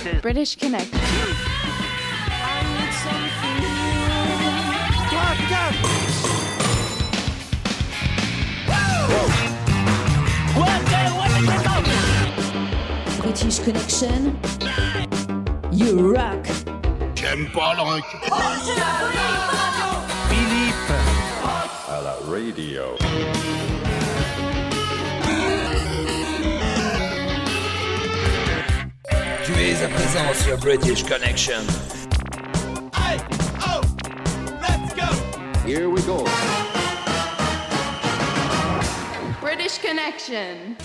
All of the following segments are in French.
is British Connection. British Connection. You rock. J'aime pas le rock. Philippe. À la radio. Tu es à présent sur British Connection. Hey, oh, let's go. Here we go. British Connection.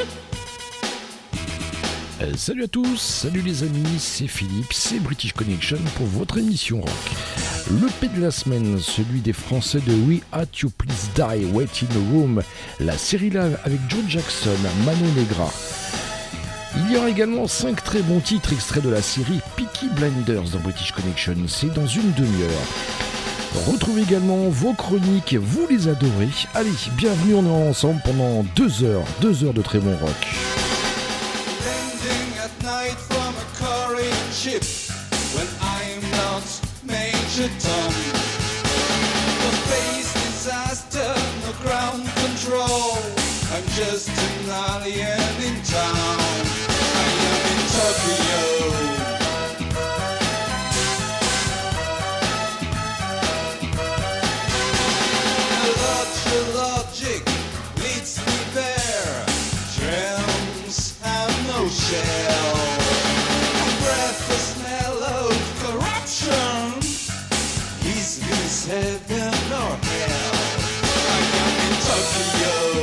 Salut à tous, salut les amis, c'est Philippe, c'est British Connection pour votre émission rock. Le P de la semaine, celui des Français de We Had You Please Die, Wait in a Room, la série live avec Joe Jackson, Mano Negra. Il y aura également 5 très bons titres extraits de la série Peaky Blinders dans British Connection, c'est dans une demi-heure. Retrouvez également vos chroniques, vous les adorez. Allez, bienvenue, on est ensemble pendant 2 heures de très bon rock. From a Korean ship when I'm not Major Tom. The face disaster, no ground control. I'm just an alien in town. I am in Tokyo. Logic leads me there. Dreams have no shell. The smell of corruption. Is this heaven or hell? I am in Tokyo.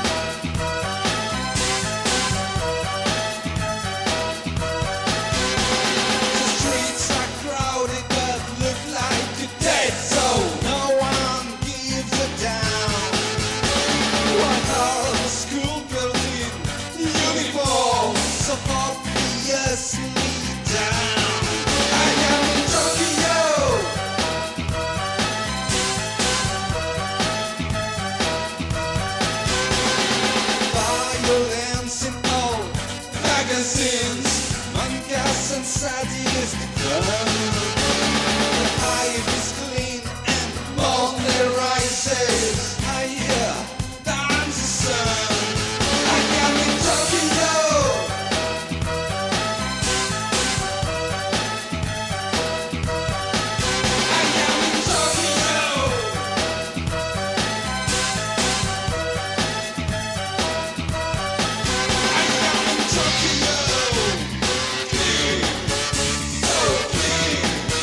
The streets are crowded but look like a dead zone. No one gives a damn. What are the school girls in uniforms so obviously down? I am in Tokyo. Violence in all magazines, mangas and sadist fun. The hive is clean and Monday rises. I hear dance the sun. I am in Tokyo. Tokyo.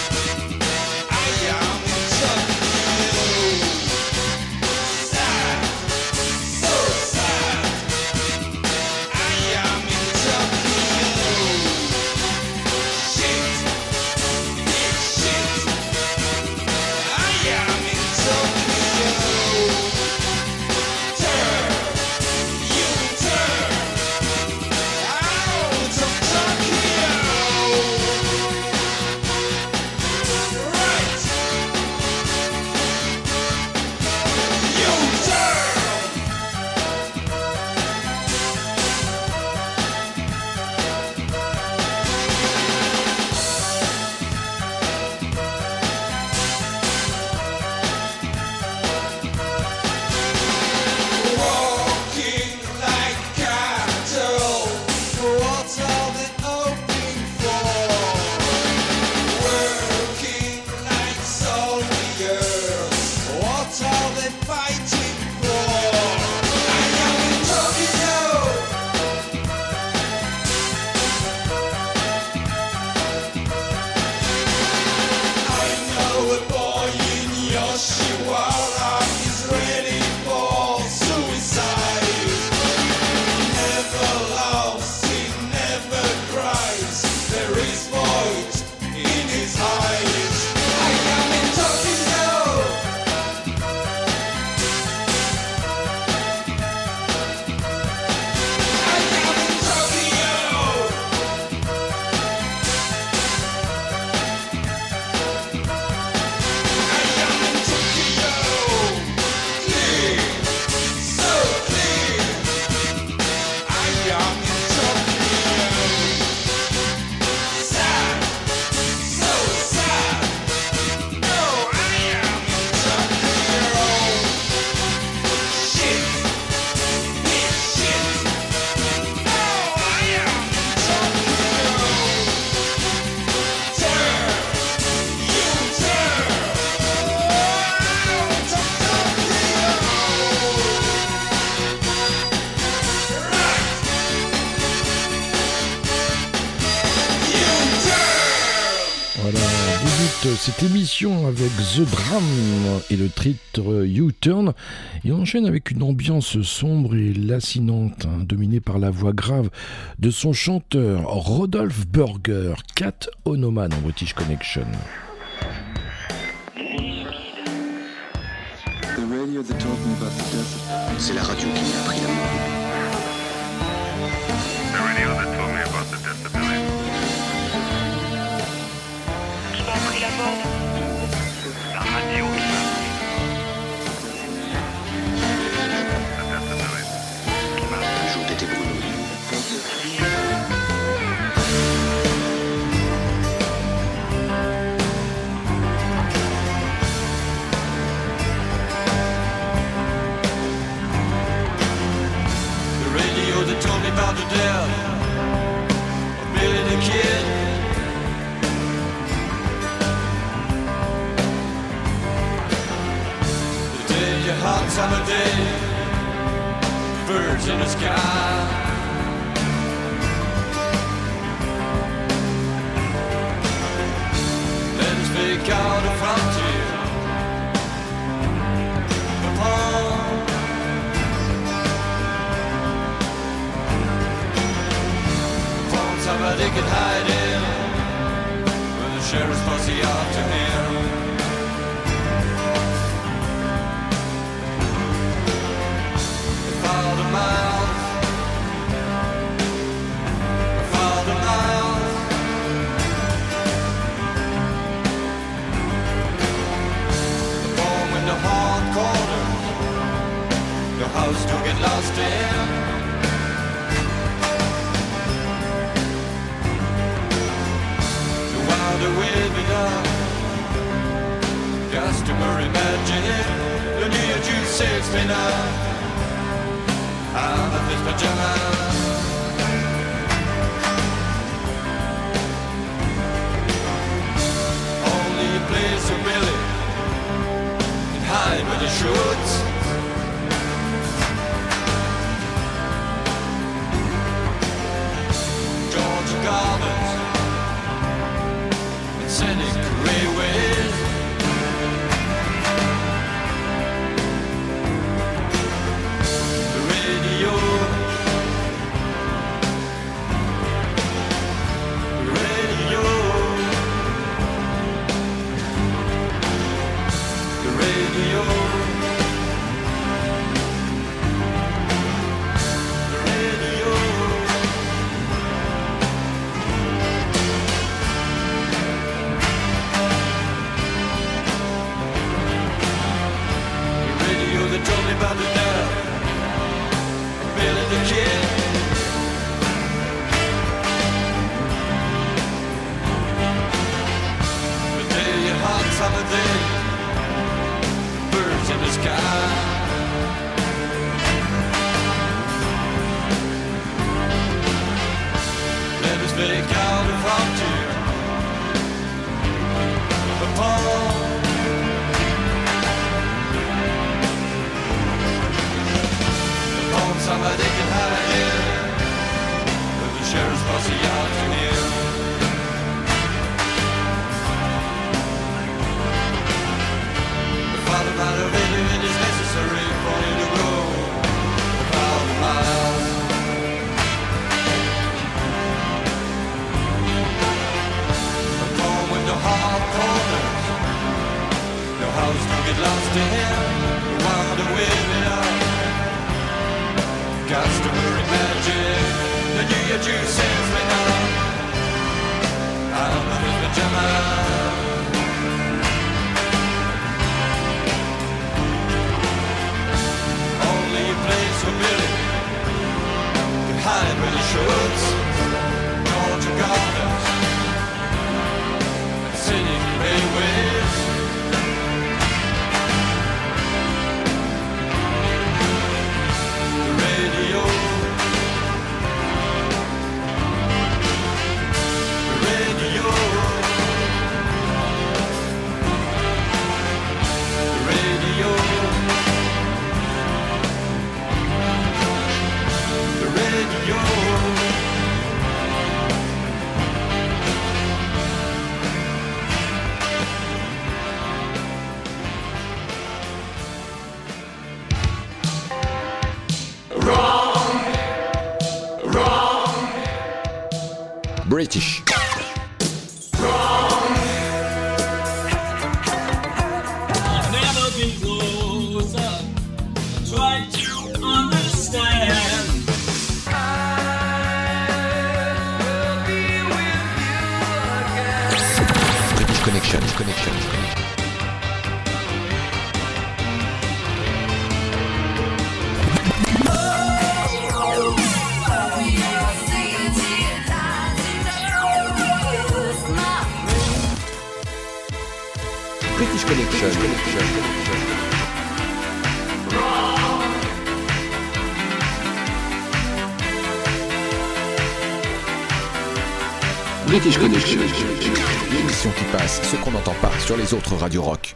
Voilà, on débute cette émission avec The Drum et le titre U-Turn. Et on enchaîne avec une ambiance sombre et lacinante, dominée par la voix grave de son chanteur Rodolphe Burger, Cat Onoman en British Connection. C'est la radio qui m'a appris l'amour. About the death of Billy the Kid. The day, a hot summer day, birds in the sky. Let us make out a frontier upon somebody could hide in with the sheriff's posse after him. They followed the miles, they followed the miles. The home in the hard corner, the house to get lost in. The way we are, customary magic. The New Year Jew saves me now. I'm of his pajamas. Only a place of Billy can hide where the shoots. Georgia Gardens, scenic railways. The radio, the radio, the radio, the radio. They told me about the death of Billy the Kid. The day, a hot summer day, birds in the sky. Let us make out a frontier upon somebody can hide here with the sheriff's posse out to him. The father might have it is necessary for you to go a thousand miles. A poem with no hard corners, no house to get lost in, no wander with it out. Customary magic, the New Year Jew sends me now. I'm in his pajamas. Only a place for Billy can hide where the shoots. Georgia Gardens, scenic railways. The radio, British. Never been closer, try to understand. British Connection. British Connection. British Connection. L'émission qui passe ce qu'on n'entend pas sur les autres radios rock.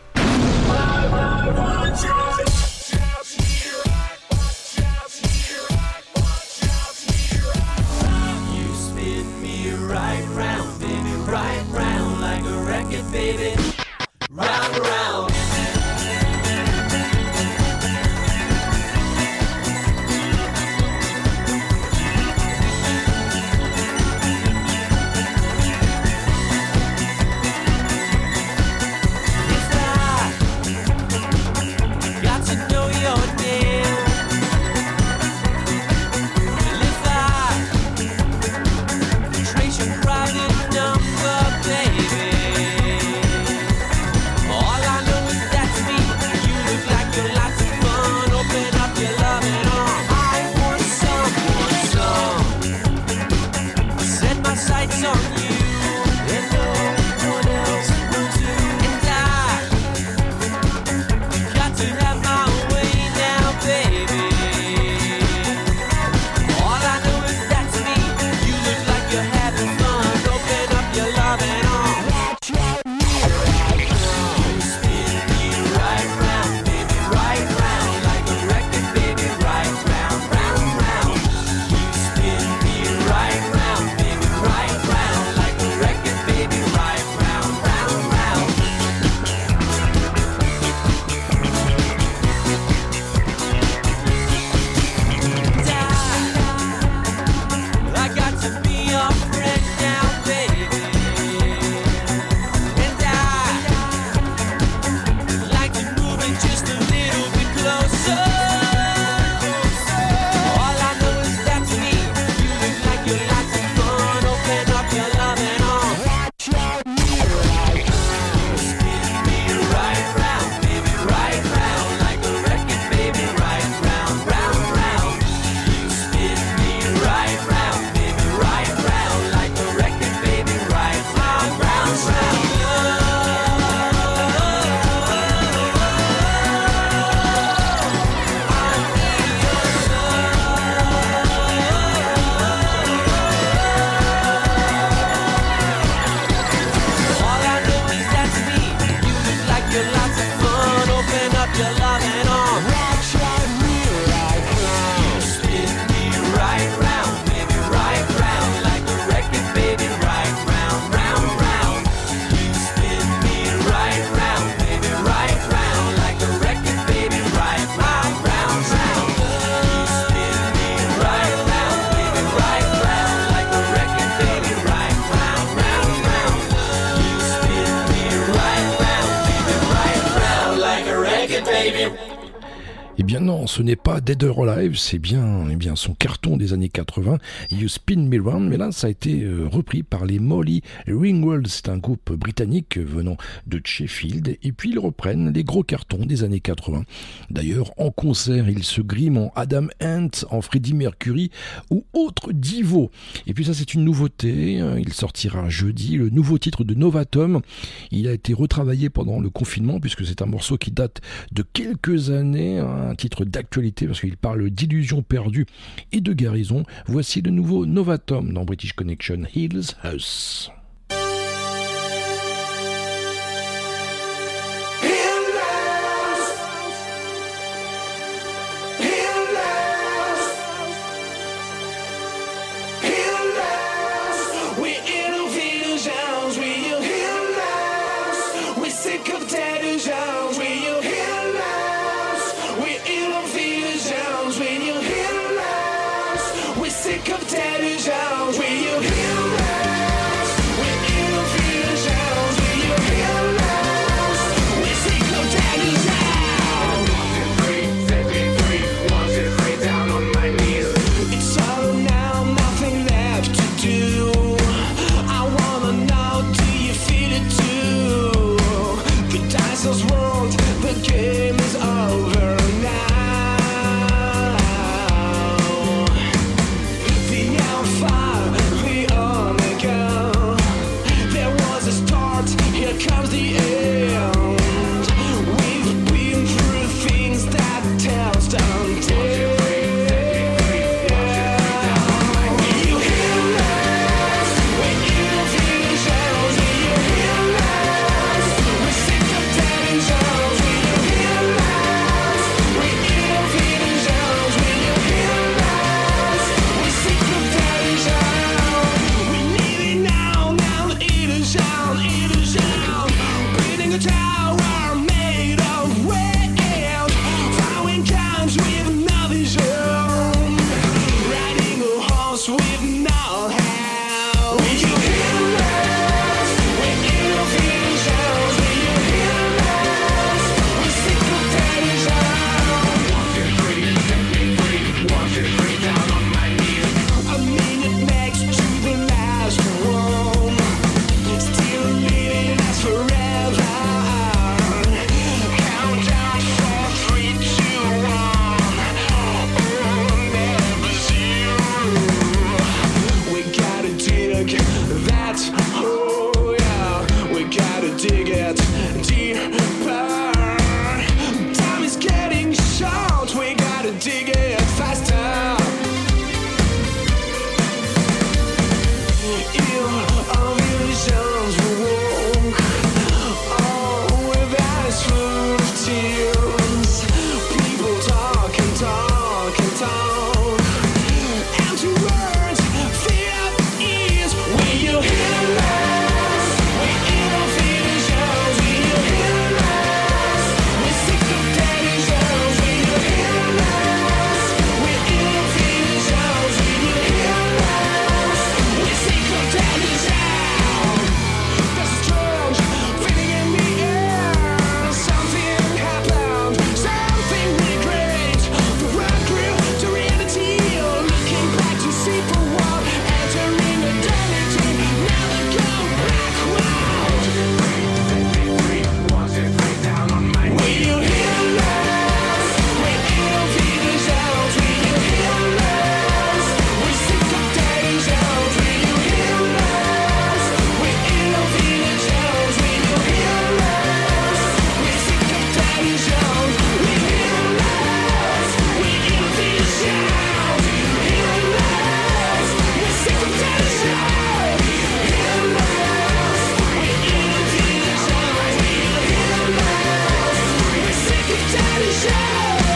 You spin me right round, baby, right round like a record, baby. Round, round. Got to know your name. And if I trace your private number, baby, all I know is that's me. You look like you're lots of fun. Open up your loving arms. I want some. Set my sights on you, and no one else will do. And I got to have my way now, baby. All I know is that's me. You look like you're having fun. Open up your loving arms. You spin me right round, baby, right round like a record, baby, right round, round, round. You spin me right round, baby, right round like a record, baby, right round, round, round. I got to be your friend now, baby. And I like to move it just a little bit closer. All I know is that's me. You look like you're lots of fun. Open up your loving arms. Spin me right round, baby, right round like a record, baby, right round, round, round. You spin me right round, baby, right round like a record, baby, right round, round, round. All I know is that's me. You look like you're lots of fun. Open up your loving arms. You spin me right round, baby, right round like a record, baby, right round, round, round. You spin me right round, baby, right round like a record, baby, right round, round, round. You spin me right round, baby, right round like a record, baby, right round, round, round. You spin me right round, baby, right round like a record, baby. Eh bien non, ce n'est pas Dead or Alive, c'est bien son carton des années 80, You Spin Me Round, mais là ça a été repris par les Molly Ringwald, c'est un groupe britannique venant de Sheffield, et puis ils reprennent les gros cartons des années 80. D'ailleurs, en concert, ils se griment en Adam Ant, en Freddie Mercury ou autre divo. Et puis ça c'est une nouveauté, il sortira jeudi, le nouveau titre de Novatom. Il a été retravaillé pendant le confinement puisque c'est un morceau qui date de quelques années, un titre d'actualité parce qu'il parle d'illusions perdues et de guérison. Voici le nouveau Novatom dans British Connection, Heals Us. Sick of delusions, will you heal us? building a tower made of wind, throwing guns with no vision, riding a horse with no hand. Will you hear us? With your visions, will you hear us? With secret tension. 1, 2, 3, set me free. 1, 2, 3, down on my knees. A minute next to the last one, still leading us forever. Countdown 4, 3, 2, 1. Never zero. We gotta dig that hole, yeah. We gotta dig it deeper. Time is getting short. We gotta dig it faster. Our visions walk with eyes full of tears. People talk and talk and talk. Empty words fill up ears. Will you hear us? With your visions, will you hear us? With secret tensions, will you hear us? With your visions, will you hear us? With secret tensions. There's a strange feeling in the air. Something happened, something really great. The world grew to reality. Looking back to see the world, entering eternity. Never go backward. 1, 2, 3, down on my knees. Will you hear us? With your visions, will you hear us? With secret tensions, will you hear us? With your visions, will you hear us? With secret tensions, will you hear us? With your visions, hear us? With secret tensions, hear us? With your visions, will you hear us? With secret tensions.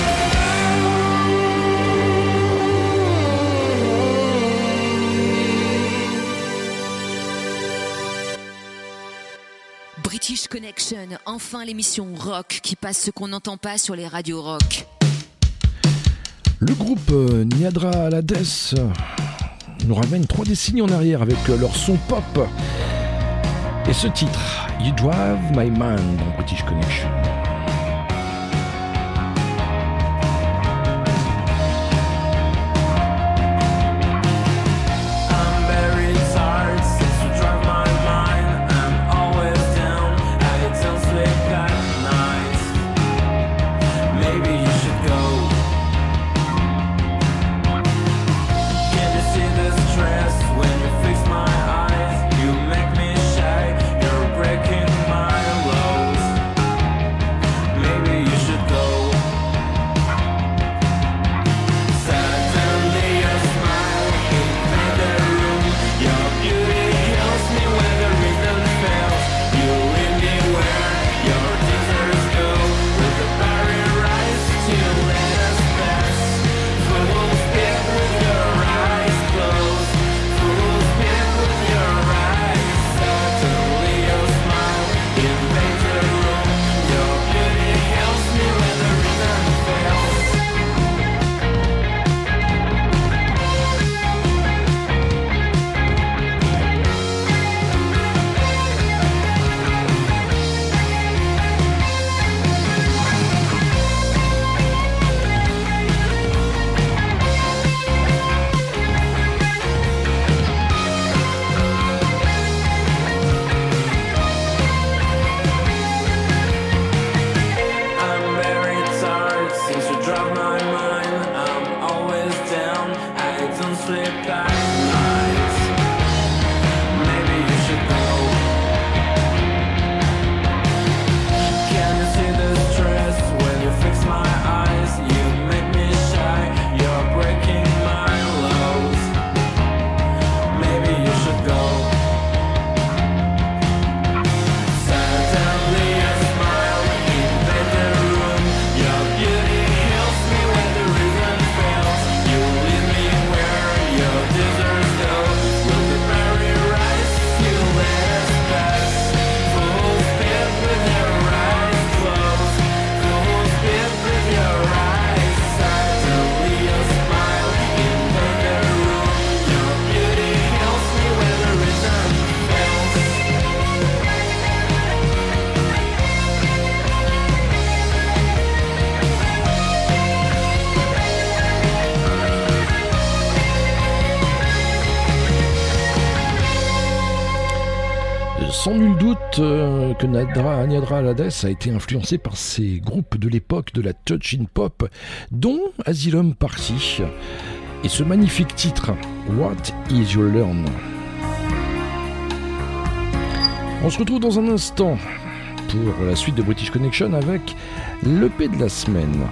British Connection, enfin l'émission rock qui passe ce qu'on n'entend pas sur les radios rock. Le groupe Niadra Lades nous ramène 3 décennies en arrière avec leur son pop. Et ce titre, You Drive My Man dans British Connection. I'm very tired since you drive my mind. I'm always down. I don't sleep at night. Maybe you should go. Can you see the stress when you fix my eyes? You make me shy. You're breaking my lows. Sans nul doute que Niadra Hades a été influencé par ces groupes de l'époque de la touch-in pop, dont Asylum Party, et ce magnifique titre, What Is Your Learn. On se retrouve dans un instant pour la suite de British Connection avec l'EP de la semaine.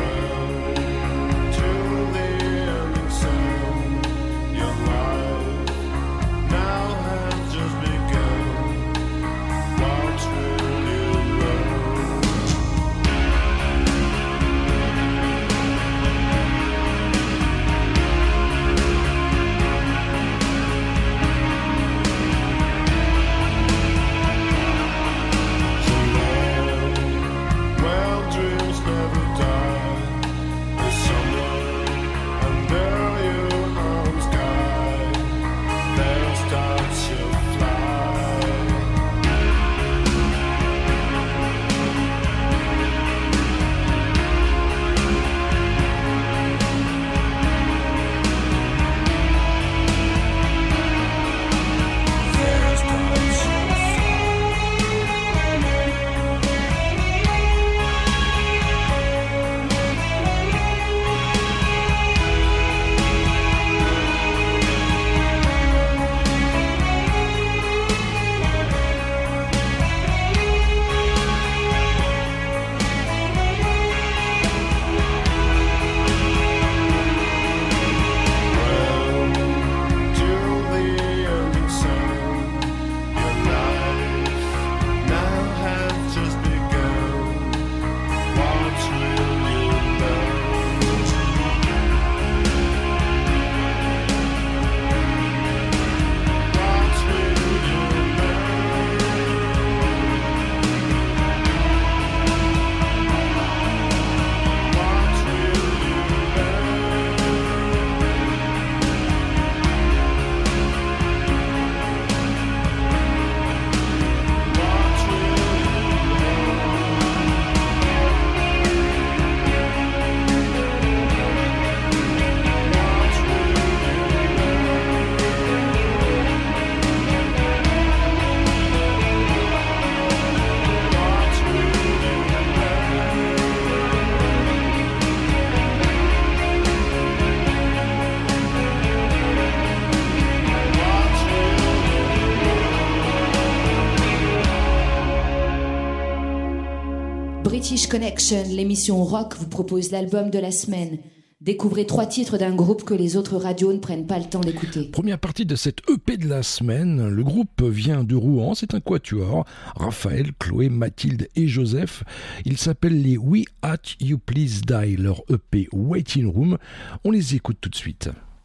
British Connection, l'émission rock, vous propose l'album de la semaine. Découvrez 3 titres d'un groupe que les autres radios ne prennent pas le temps d'écouter. Première partie de cette EP de la semaine. Le groupe vient de Rouen, c'est un quatuor. Raphaël, Chloé, Mathilde et Joseph. Ils s'appellent les We At You Please Die, leur EP Waiting Room. On les écoute tout de suite.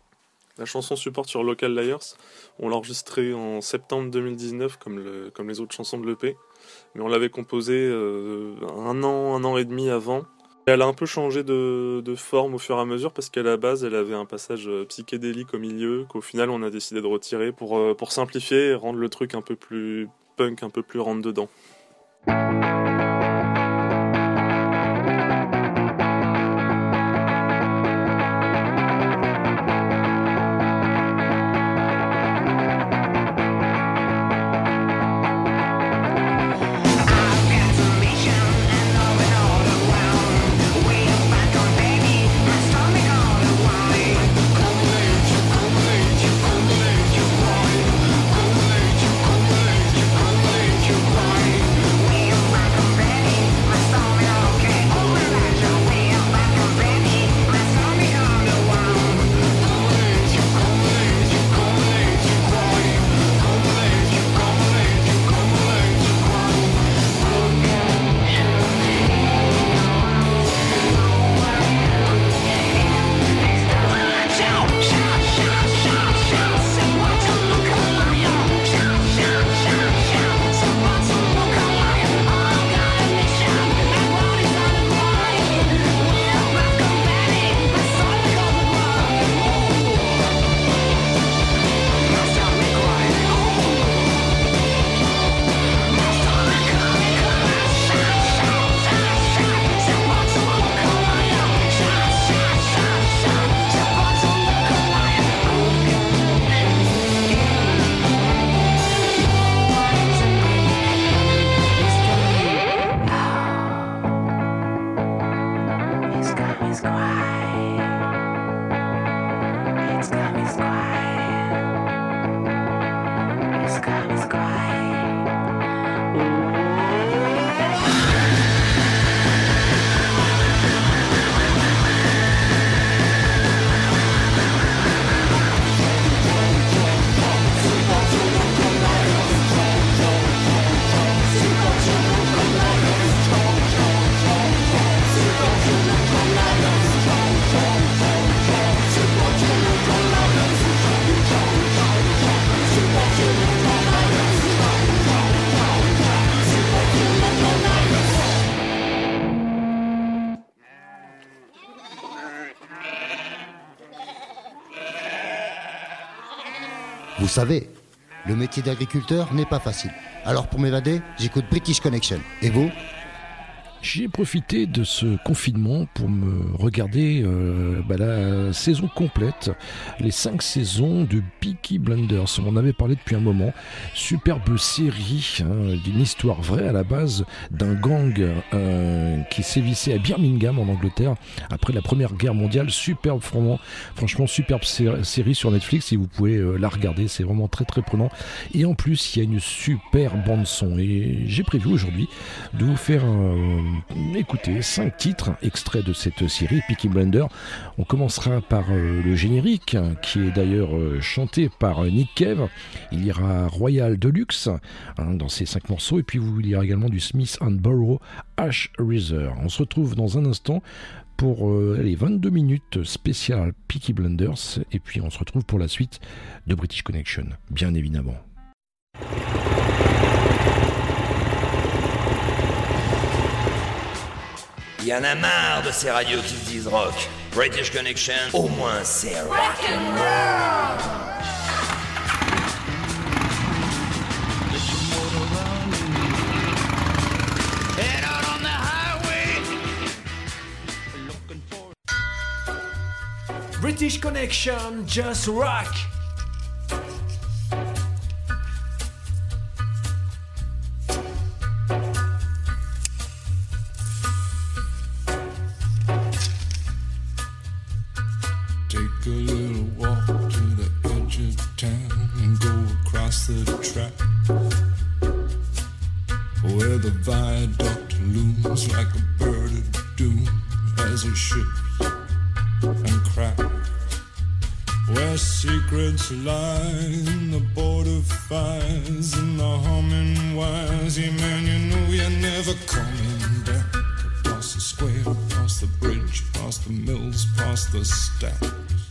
La chanson supporte sur Local Liars. On l'a enregistrée en septembre 2019 comme les autres chansons de l'EP. Mais on l'avait composée un an et demi avant. Et elle a un peu changé de forme au fur et à mesure parce qu'à la base elle avait un passage psychédélique au milieu qu'au final on a décidé de retirer pour simplifier et rendre le truc un peu plus punk, un peu plus rentre dedans. We're Vous savez, le métier d'agriculteur n'est pas facile. Alors pour m'évader, j'écoute British Connection. Et vous ? J'ai profité de ce confinement pour me regarder la saison complète, les 5 saisons de Peaky Blinders. On en avait parlé depuis un moment. Superbe série, d'une histoire vraie à la base d'un gang qui sévissait à Birmingham en Angleterre après la Première Guerre mondiale. Superbe, franchement superbe série sur Netflix, si vous pouvez la regarder, c'est vraiment très très prenant. Et en plus, il y a une super bande son. Et j'ai prévu aujourd'hui de vous faire écoutez 5 titres extraits de cette série Peaky Blinders. On commencera par le générique qui est d'ailleurs chanté par Nick Cave. Il y aura Royal Deluxe dans ces 5 morceaux, et puis il y aura également du Smith & Barrow Ash Razor. On se retrouve dans un instant pour les 22 minutes spéciales Peaky Blinders, et puis on se retrouve pour la suite de British Connection, bien évidemment. Y en a marre de ces radios qui se disent rock. British Connection, au moins c'est rock. Head out on the highway. British Connection, just rock. Take a little walk to the edge of town and go across the track where the viaduct looms like a bird of doom as it ships and cracks, where secrets lie in the border fires and the humming wires. Yeah, man, you know you're never coming back. Across the square, across the bridge, past the mills, past the stacks.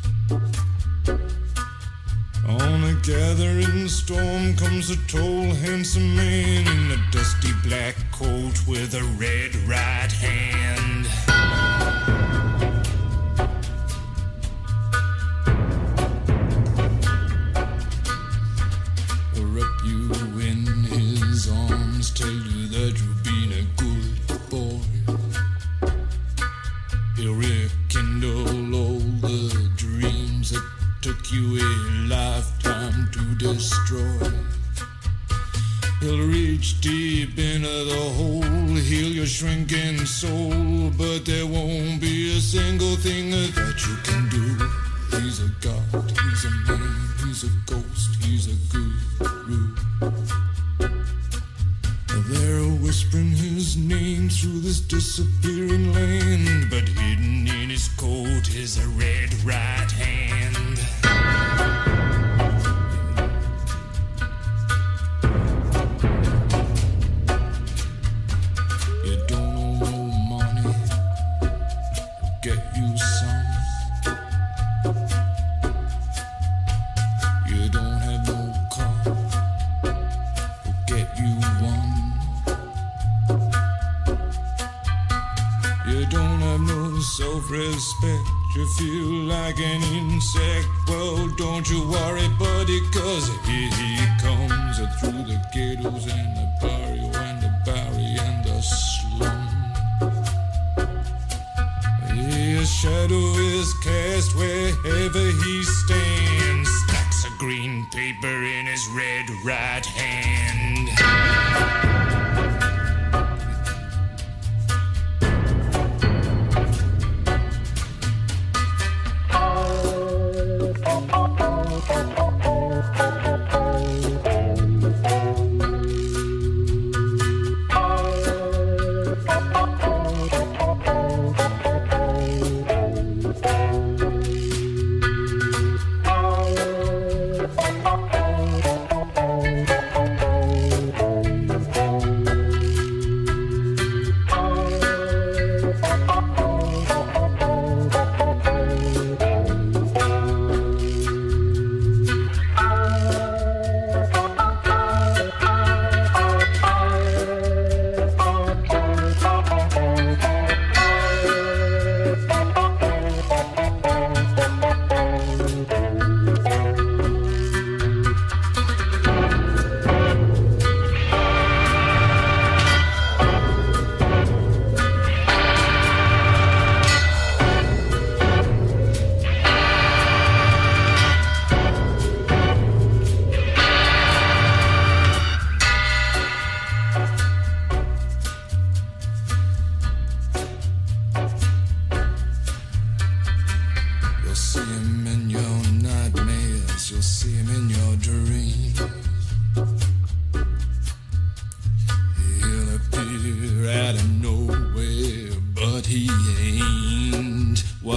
On a gathering storm comes a tall, handsome man in a dusty black coat with a red right hand. He'll wrap you in his arms, tell you that you've been a good boy. He'll rekindle all the dreams that took you a lifetime to destroy. He'll reach deep into the hole, heal your shrinking soul, but there won't be a single thing that you can do. He's a god, he's a man, he's a ghost, he's a guru. They're whispering his name through this disappearing land, but hidden in his coat is a red right hand. You don't owe no money, get you some. You don't have no car, get you one. You don't have no self-respect, you feel like an insect. Well, don't you worry, buddy, cause here he comes through the ghettos and the barrio and the barry and the slum. His shadow is cast wherever he stands, stacks of green paper in his red right hand.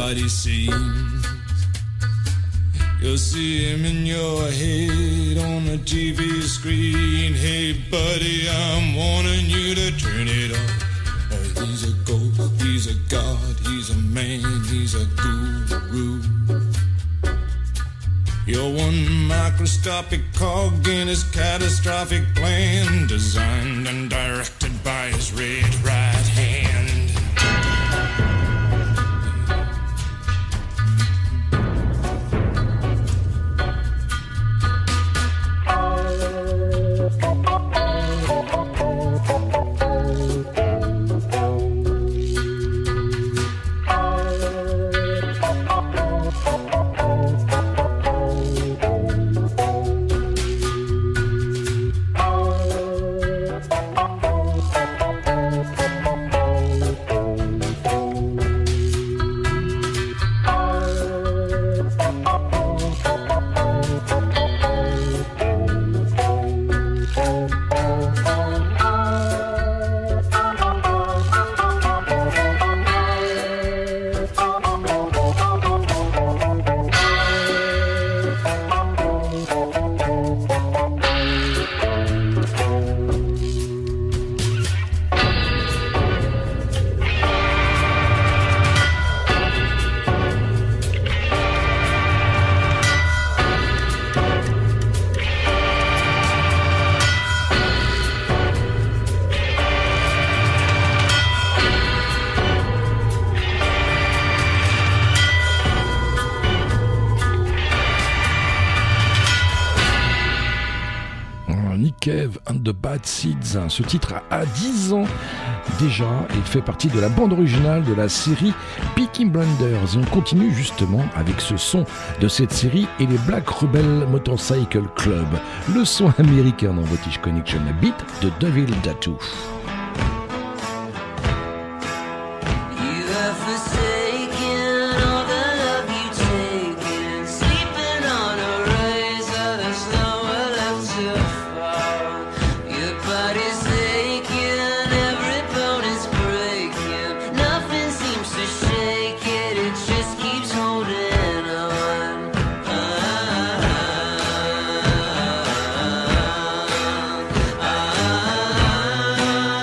nobody sees. You'll see him in your head on the TV screen. Hey buddy, I'm warning you to turn it off. He's a ghost, he's a god, he's a man, he's a guru. You're one microscopic cog in his catastrophic plan, designed and directed by his red right hand. Kev and the Bad Seeds. Ce titre a 10 ans déjà et il fait partie de la bande originale de la série Peaky Blinders. Et on continue justement avec ce son de cette série et les Black Rebel Motorcycle Club. Le son américain dans British Connection, la beat de Devil Tattoo. Ah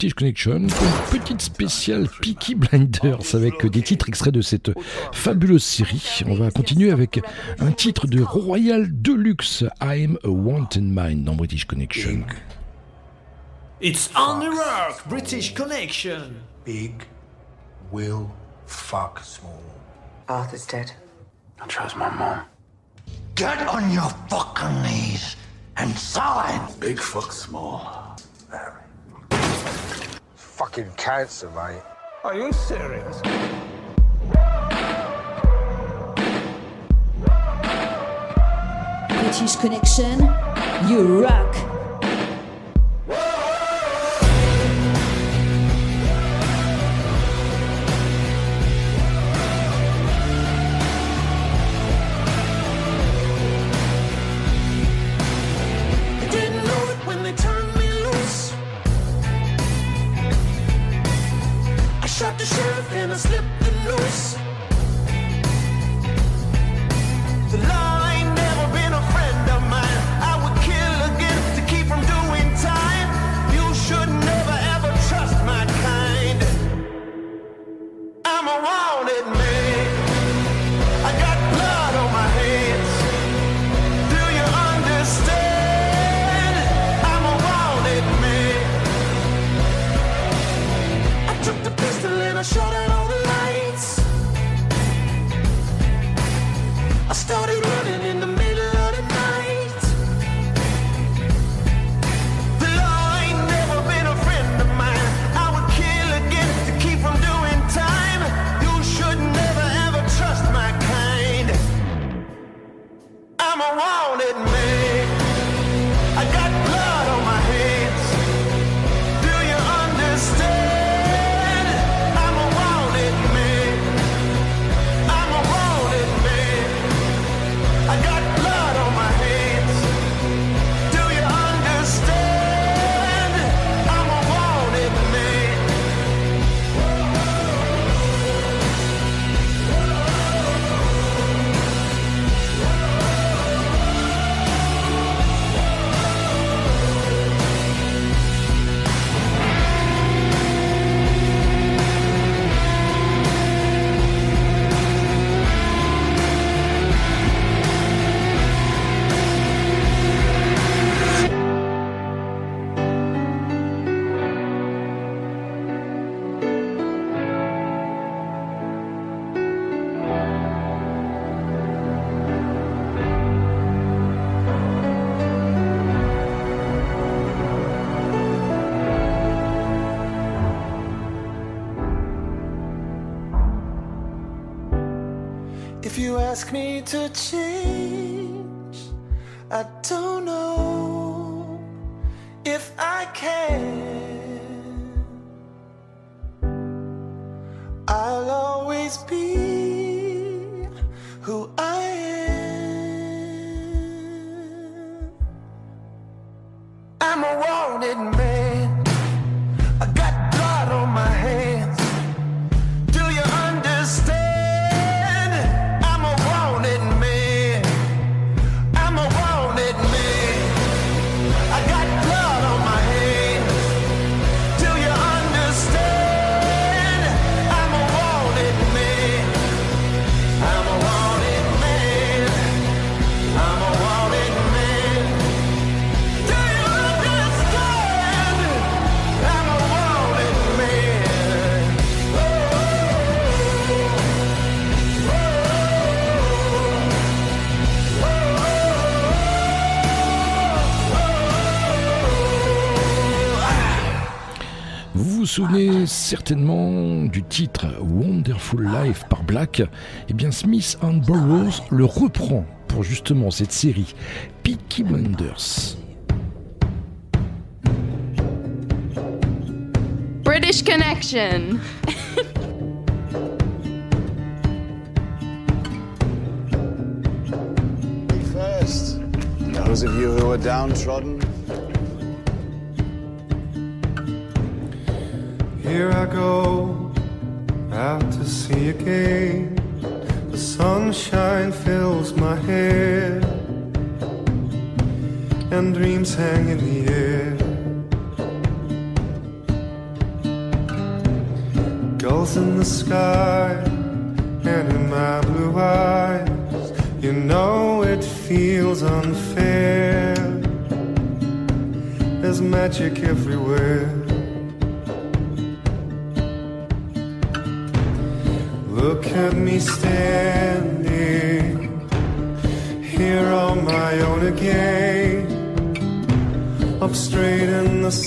British Connection pour une petite spéciale Peaky Blinders avec des titres extraits de cette fabuleuse série. On va continuer avec un titre de Royal Deluxe, I'm a Wanted Man dans British Connection. It's on the rock, British Connection. Big will fuck small. Arthur's dead. I trust my mom. Get on your fucking knees and sign. Big fuck small. Very. Fucking cancer, mate. Are you serious? British Connection, you rock. Shot the sheriff and I slipped the noose. The law ain't never been a friend of mine. I would kill again to keep from doing time. You should never ever trust my kind. I'm a wanted man. I got blood on my hands. Do you understand? I'm a wanted man. I took the pistol and I shot out all the lights. I started running in the middle of the night. The law ain't never been a friend of mine. I would kill again to keep from doing time. You should never ever trust my kind. I'm a wanted man. I got blood on my hands. Do you understand? If you ask me to change, I don't know if I can. I'll always be who I am. I'm a wanted man. I got blood on my hands. Do you understand? Vous vous souvenez certainement du titre Wonderful Life par Black. Eh bien, Smith & Burroughs le reprend pour justement cette série Peaky Blinders. British Connection. First, those of you who are downtrodden. Here I go, out to sea again. The sunshine fills my hair, and dreams hang in the air. gulls in the sky and in my blue eyes. You know it feels unfair. There's magic everywhere. Look at me standing here on my own again, up straight in the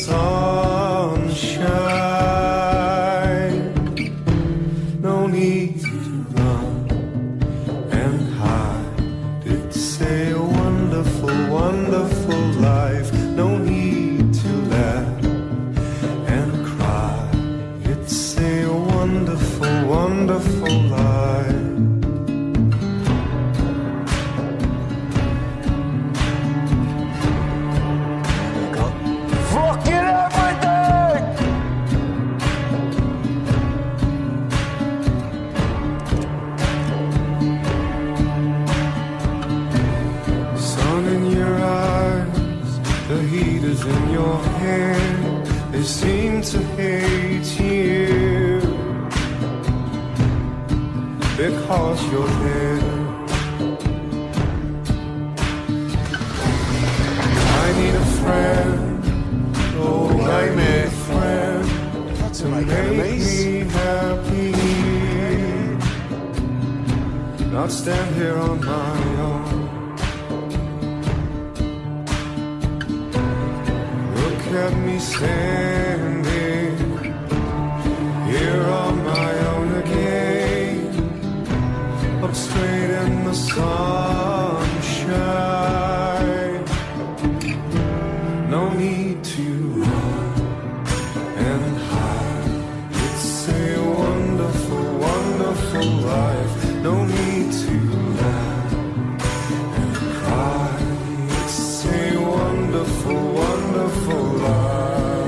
sunshine. No need to run and hide. It's a wonderful, wonderful life. No need to laugh and cry. It's a wonderful, wonderful life. Fucking everything! Sun in your eyes, the heat is in your hair. They seem to hate you because you're there. I need a friend, oh I need a friend to make me happy. Not stand here on my own. Look at me standing here on my own again, up straight in the sunshine. No need to run and hide. It's a wonderful, wonderful life. No need to laugh and cry. It's a wonderful, wonderful life.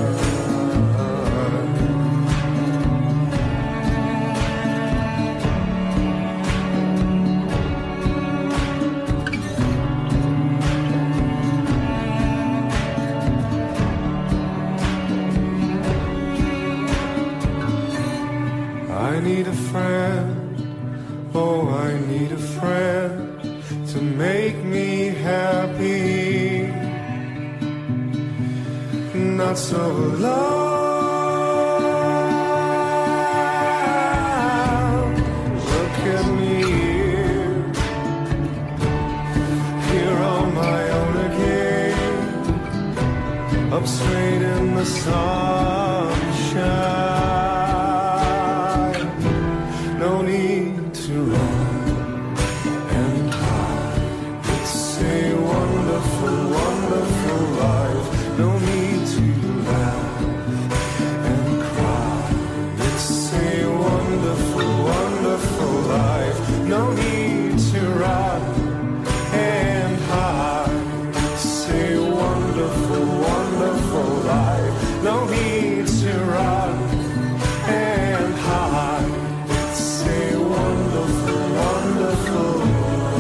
I need a friend, oh I need a friend to make me happy. Not so alone. Look at me here on my own again, up straight in the sunshine. No need to run and hide. It's a wonderful, wonderful life. No need to laugh and cry. It's a wonderful, wonderful life. No need to run and hide. It's a wonderful, wonderful life. No need to run and hide. It's a wonderful, wonderful life.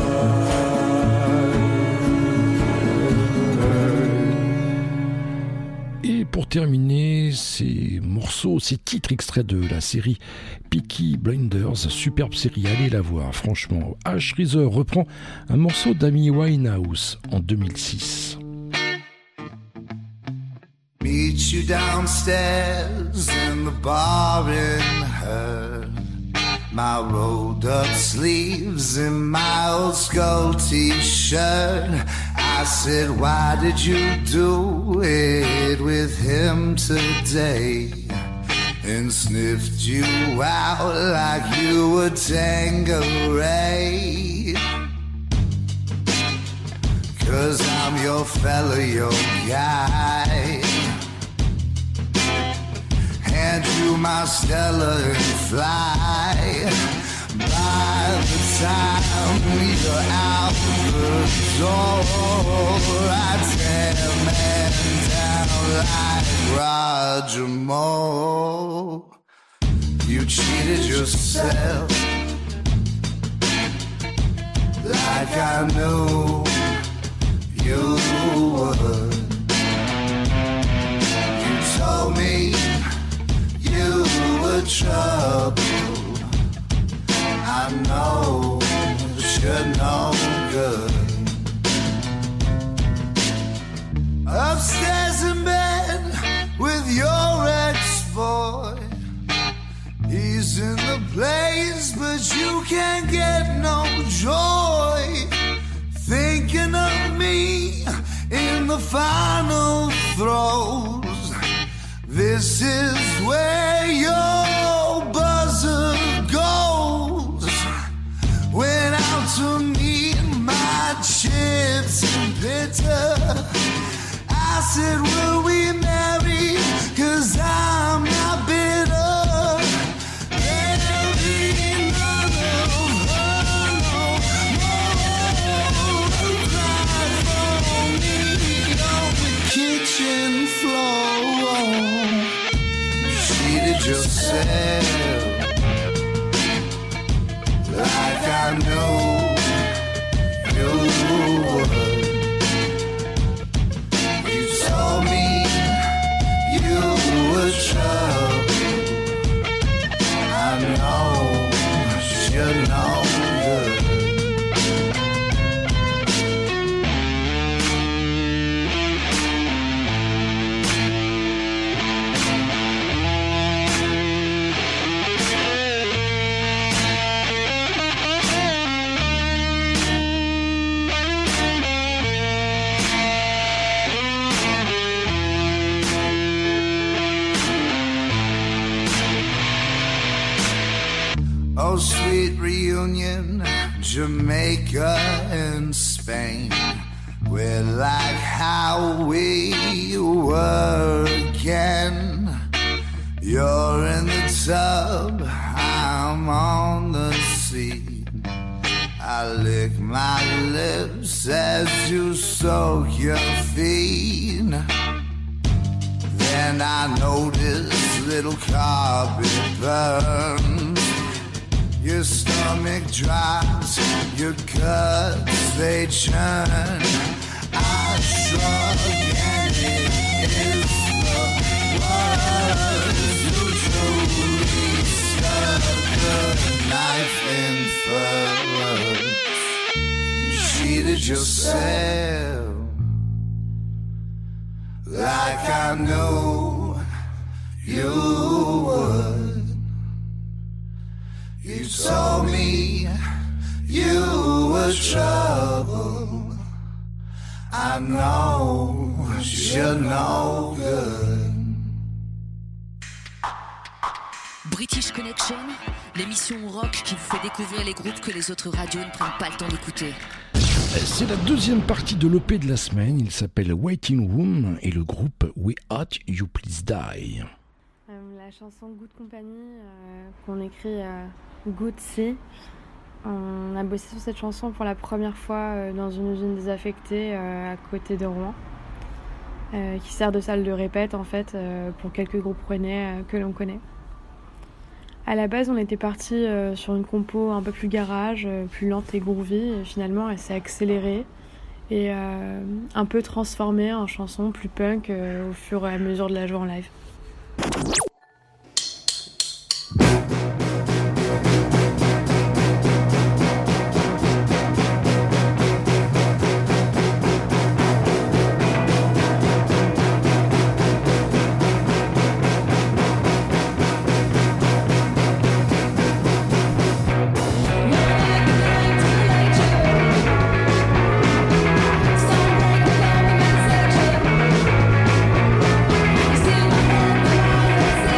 Et pour terminer, ces morceaux, ces titres extraits de la série Peaky Blinders, superbe série, allez la voir, franchement. Ash Reezer reprend un morceau d'Amy Winehouse en 2006. Meet you downstairs in the bar in her. My rolled up sleeves and my old skull t-shirt. I said, why did you do it with him today? And sniffed you out like you were Tanqueray. 'Cause I'm your fella, your guy. Hand you my Stella and fly. By the time you're out the door, I tear man down like Roger Moore. You cheated yourself like I knew you would. You told me you would trust trouble. I know you're no good. Upstairs in bed with your ex-boy. He's in the place, but you can't get no joy. Thinking of me in the final throes. This is where your buzzer goes. Went out to meet my chips and bitter. I said, will we marry? 'Cause I'm not bitter. There'll be none of her no more. Cry for me on the kitchen floor. Cheated yourself like I knew you would. You told me you were trouble. I know you're no good. Oh, sweet reunion, Jamaica and Spain. We're like how we were again. You're in the tub, I'm on the seat. I lick my lips as you soak your feet. Then I notice little carpet burns. Your stomach drops, your guts they churn. I shrug and it is the words who truly stuck the knife in furrows. You cheated yourself like I knew you would. You told me you were trouble. I know you're no good. British Connection, l'émission rock qui vous fait découvrir les groupes que les autres radios ne prennent pas le temps d'écouter. C'est la deuxième partie de l'EP de la semaine. Il s'appelle Waiting Room et le groupe We Hot You Please Die. La chanson Good Company qu'on écrit Good C. On a bossé sur cette chanson pour la première fois dans une usine désaffectée à côté de Rouen, qui sert de salle de répète en fait pour quelques groupes rennais que l'on connaît. À la base, on était parti sur une compo un peu plus garage, plus lente et groovy, et finalement elle s'est accélérée et un peu transformée en chanson plus punk au fur et à mesure de la jouer en live. Still my head,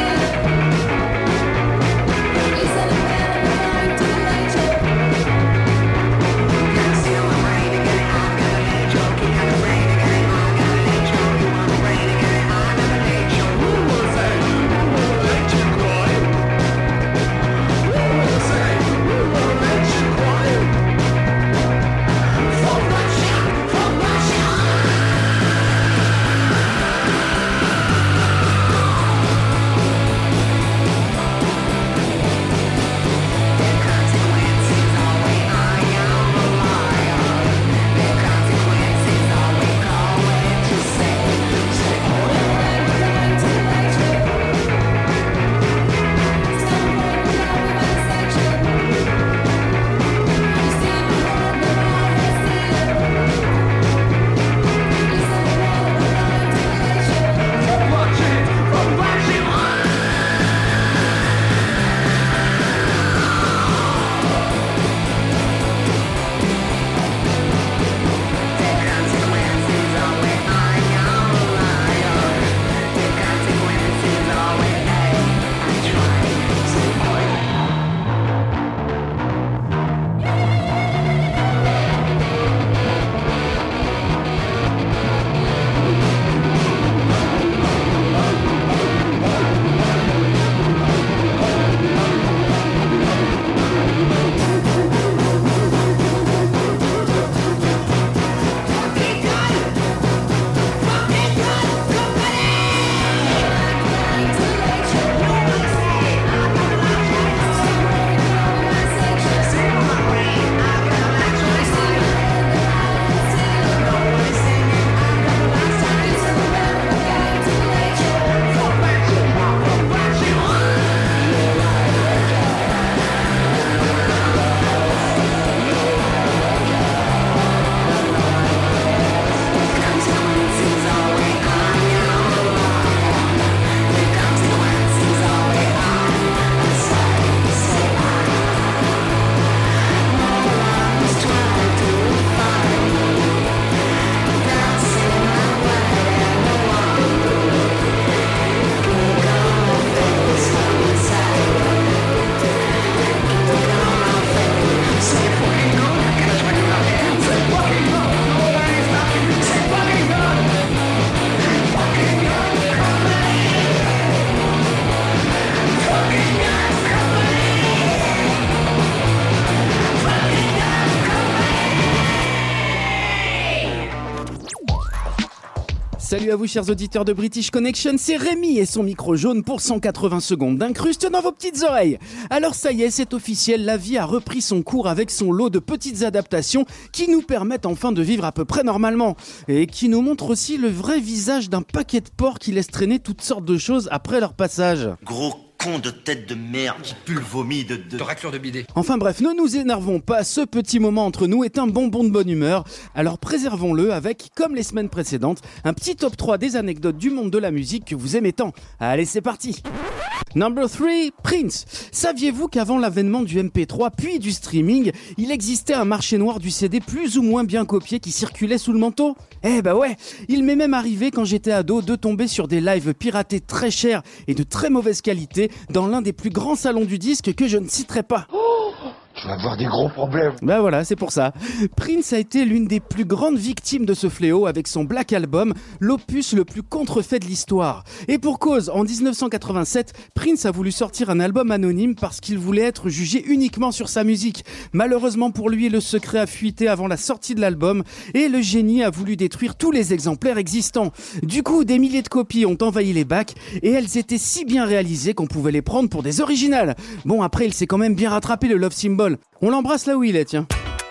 Salut à vous chers auditeurs de British Connection, c'est Rémi et son micro jaune pour 180 secondes d'incruste dans vos petites oreilles. Alors ça y est, c'est officiel, la vie a repris son cours avec son lot de petites adaptations qui nous permettent enfin de vivre à peu près normalement. Et qui nous montrent aussi le vrai visage d'un paquet de porcs qui laissent traîner toutes sortes de choses après leur passage. Gros con de tête de merde qui pue le vomi de raclure de bidet. Enfin bref, ne nous énervons pas, ce petit moment entre nous est un bonbon de bonne humeur. Alors préservons-le avec, comme les semaines précédentes, un petit top 3 des anecdotes du monde de la musique que vous aimez tant. Allez, c'est parti. Number 3, Prince. Saviez-vous qu'avant l'avènement du MP3 puis du streaming, il existait un marché noir du CD plus ou moins bien copié qui circulait sous le manteau ? Eh bah ouais, il m'est même arrivé quand j'étais ado de tomber sur des lives piratés très chers et de très mauvaise qualité dans l'un des plus grands salons du disque que je ne citerai pas. Tu vas avoir des gros problèmes. Bah voilà, c'est pour ça. Prince a été l'une des plus grandes victimes de ce fléau avec son Black Album, l'opus le plus contrefait de l'histoire. Et pour cause, en 1987, Prince a voulu sortir un album anonyme parce qu'il voulait être jugé uniquement sur sa musique. Malheureusement pour lui, le secret a fuité avant la sortie de l'album et le génie a voulu détruire tous les exemplaires existants. Du coup, des milliers de copies ont envahi les bacs et elles étaient si bien réalisées qu'on pouvait les prendre pour des originales. Bon, après, il s'est quand même bien rattrapé le Love Symbol. On l'embrasse là où il est, tiens.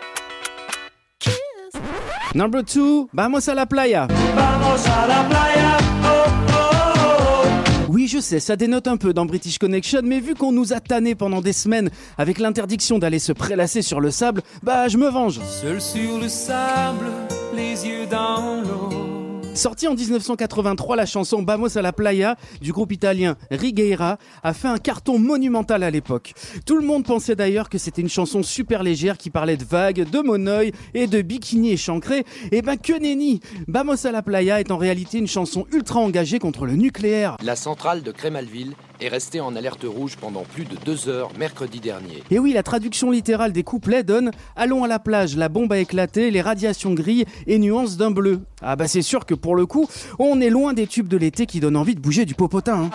Number 2, Vamos a la playa. Vamos a la playa. Oh, oh, oh. Oui, je sais, ça dénote un peu dans British Connection, mais vu qu'on nous a tannés pendant des semaines avec l'interdiction d'aller se prélasser sur le sable, bah je me venge. Seul sur le sable, les yeux dans l'eau. Sortie en 1983, la chanson Vamos a la playa du groupe italien Righeira a fait un carton monumental à l'époque. Tout le monde pensait d'ailleurs que c'était une chanson super légère qui parlait de vagues, de monoï et de bikini échancrés. Et ben que nenni, Vamos a la playa est en réalité une chanson ultra engagée contre le nucléaire. La centrale de Crémalville est restée en alerte rouge pendant plus de 2 heures mercredi dernier. Et oui, la traduction littérale des couplets donne « Allons à la plage, la bombe a éclaté, les radiations grillent et nuances d'un bleu ». Ah bah c'est sûr que pour le coup, on est loin des tubes de l'été qui donnent envie de bouger du popotin.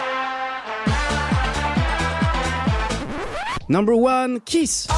Number 1, Kiss.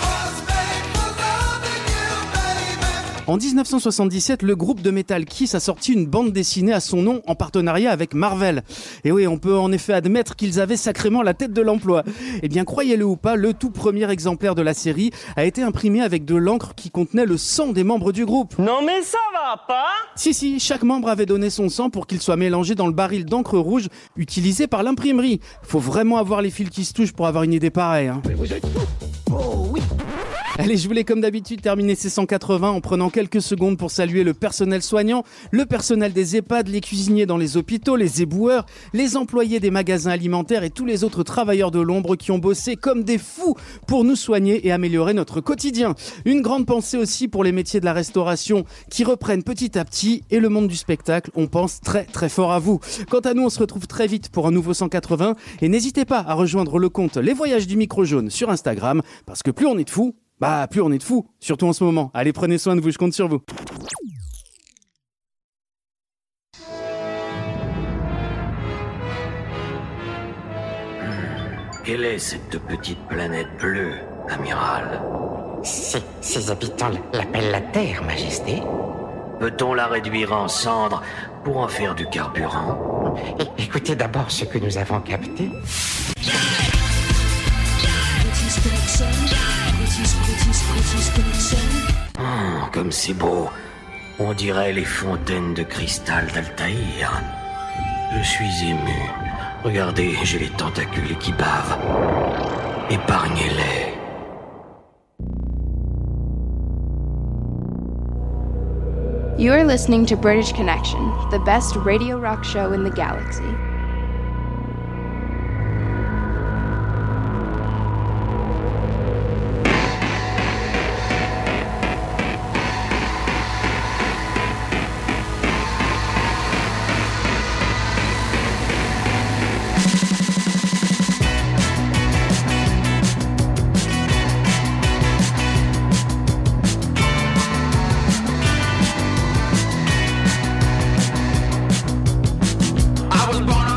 En 1977, le groupe de métal Kiss a sorti une bande dessinée à son nom en partenariat avec Marvel. Et oui, on peut en effet admettre qu'ils avaient sacrément la tête de l'emploi. Eh bien, croyez-le ou pas, le tout premier exemplaire de la série a été imprimé avec de l'encre qui contenait le sang des membres du groupe. Non mais ça va pas! Si, chaque membre avait donné son sang pour qu'il soit mélangé dans le baril d'encre rouge utilisé par l'imprimerie. Faut vraiment avoir les fils qui se touchent pour avoir une idée pareille. Hein. Mais vous êtes fous! Oh oui! Allez, je voulais comme d'habitude terminer ces 180 en prenant quelques secondes pour saluer le personnel soignant, le personnel des EHPAD, les cuisiniers dans les hôpitaux, les éboueurs, les employés des magasins alimentaires et tous les autres travailleurs de l'ombre qui ont bossé comme des fous pour nous soigner et améliorer notre quotidien. Une grande pensée aussi pour les métiers de la restauration qui reprennent petit à petit et le monde du spectacle, on pense très très fort à vous. Quant à nous, on se retrouve très vite pour un nouveau 180 et n'hésitez pas à rejoindre le compte Les Voyages du Micro Jaune sur Instagram parce que plus on est de fous, bah, plus on est de fous, surtout en ce moment. Allez, prenez soin de vous, je compte sur vous. Quelle est cette petite planète bleue, amiral? Ses habitants l'appellent la Terre, Majesté. Peut-on la réduire en cendres pour en faire du carburant? Écoutez d'abord ce que nous avons capté. Oh, comme c'est beau. On dirait les fontaines de cristal d'Altaïr. Je suis ému. Regardez, j'ai les tentacules qui bavent. Épargnez-les. You are listening to British Connection, the best radio rock show in the galaxy. I was born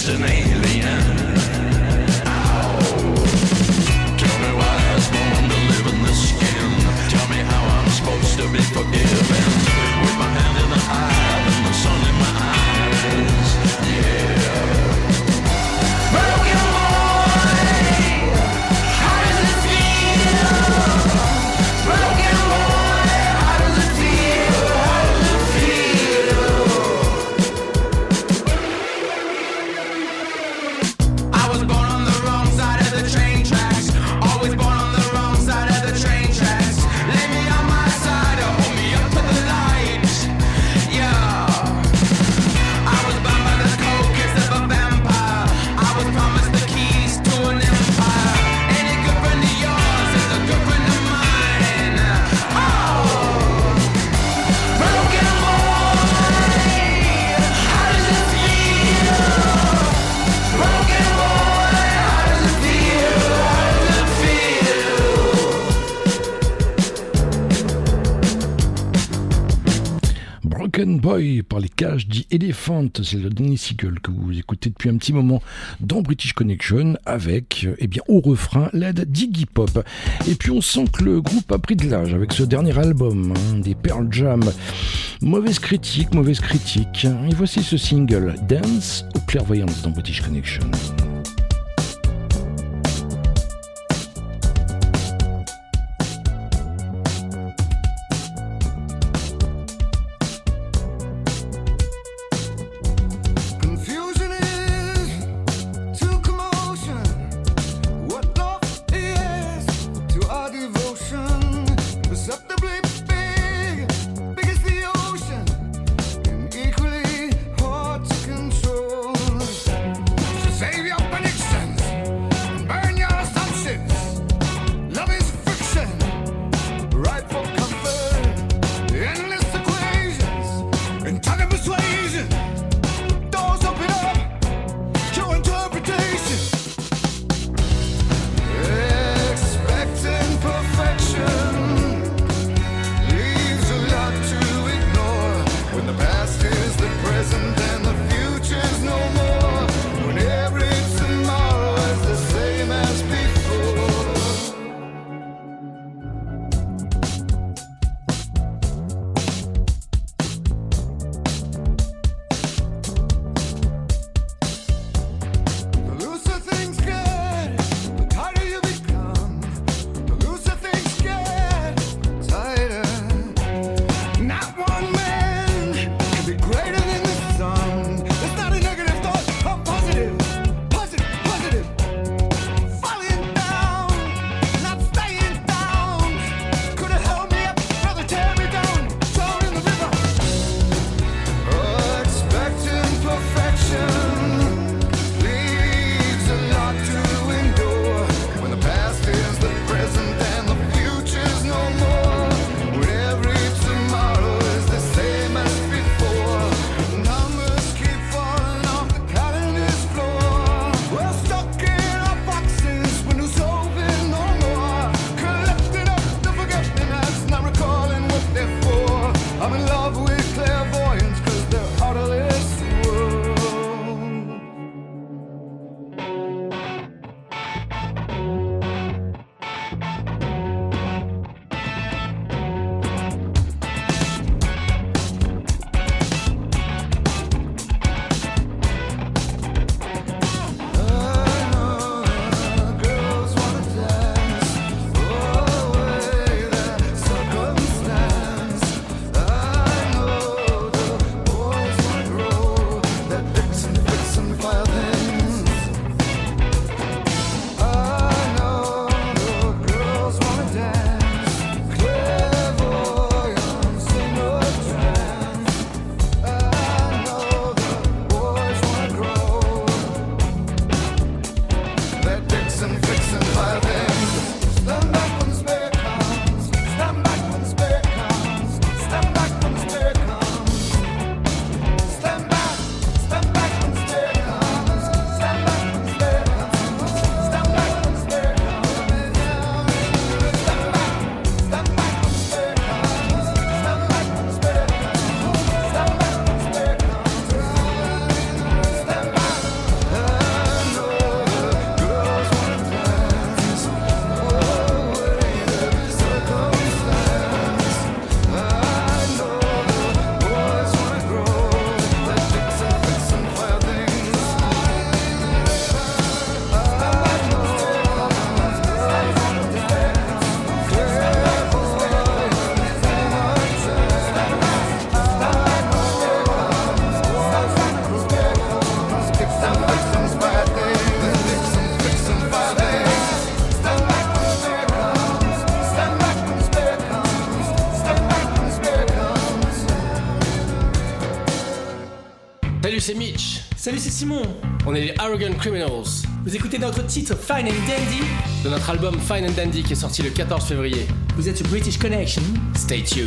just an alien. Tell me why I was born to live in this skin. Tell me how I'm supposed to be forgiven. With my hand in the hive and the sun in my eyes. Yeah. Broken boy, how does it feel? Broken boy, how does it feel? How does it feel? I was born on the wrong side of the train tracks. Always born on the wrong side of the train tracks. Lay me on my side or hold me up to the light. Yeah. I was bound by the cold kiss of a vampire. I was promised the keys to an empire. Any good friend of yours is a good friend of mine. Oh, broken boy, how does it feel? Broken boy, how does it feel? How does it feel? Broken Boy par les Cages dit Elephant, c'est le dernier single que vous écoutez depuis un petit moment dans British Connection avec, eh bien, au refrain, l'aide d'Iggy Pop. Et puis on sent que le groupe a pris de l'âge avec ce dernier album, des Pearl Jam. Mauvaise critique. Et voici ce single, Dance aux Clairvoyances dans British Connection. Confusion is to commotion. What love is to our devotion. Perceptibly big, big as the ocean, and equally hard to control. So save your Vixen's bad days. Vixen's bad days. Stand back when the spirit comes. Stand back when the spirit comes. Stand back when the spirit comes. Salut, c'est Mitch. Salut, c'est Simon. On est les Arrogant Criminals. Vous écoutez notre titre Fine and Dandy de notre album Fine and Dandy qui est sorti le 14 février. Vous êtes sur British Connection. Stay tuned.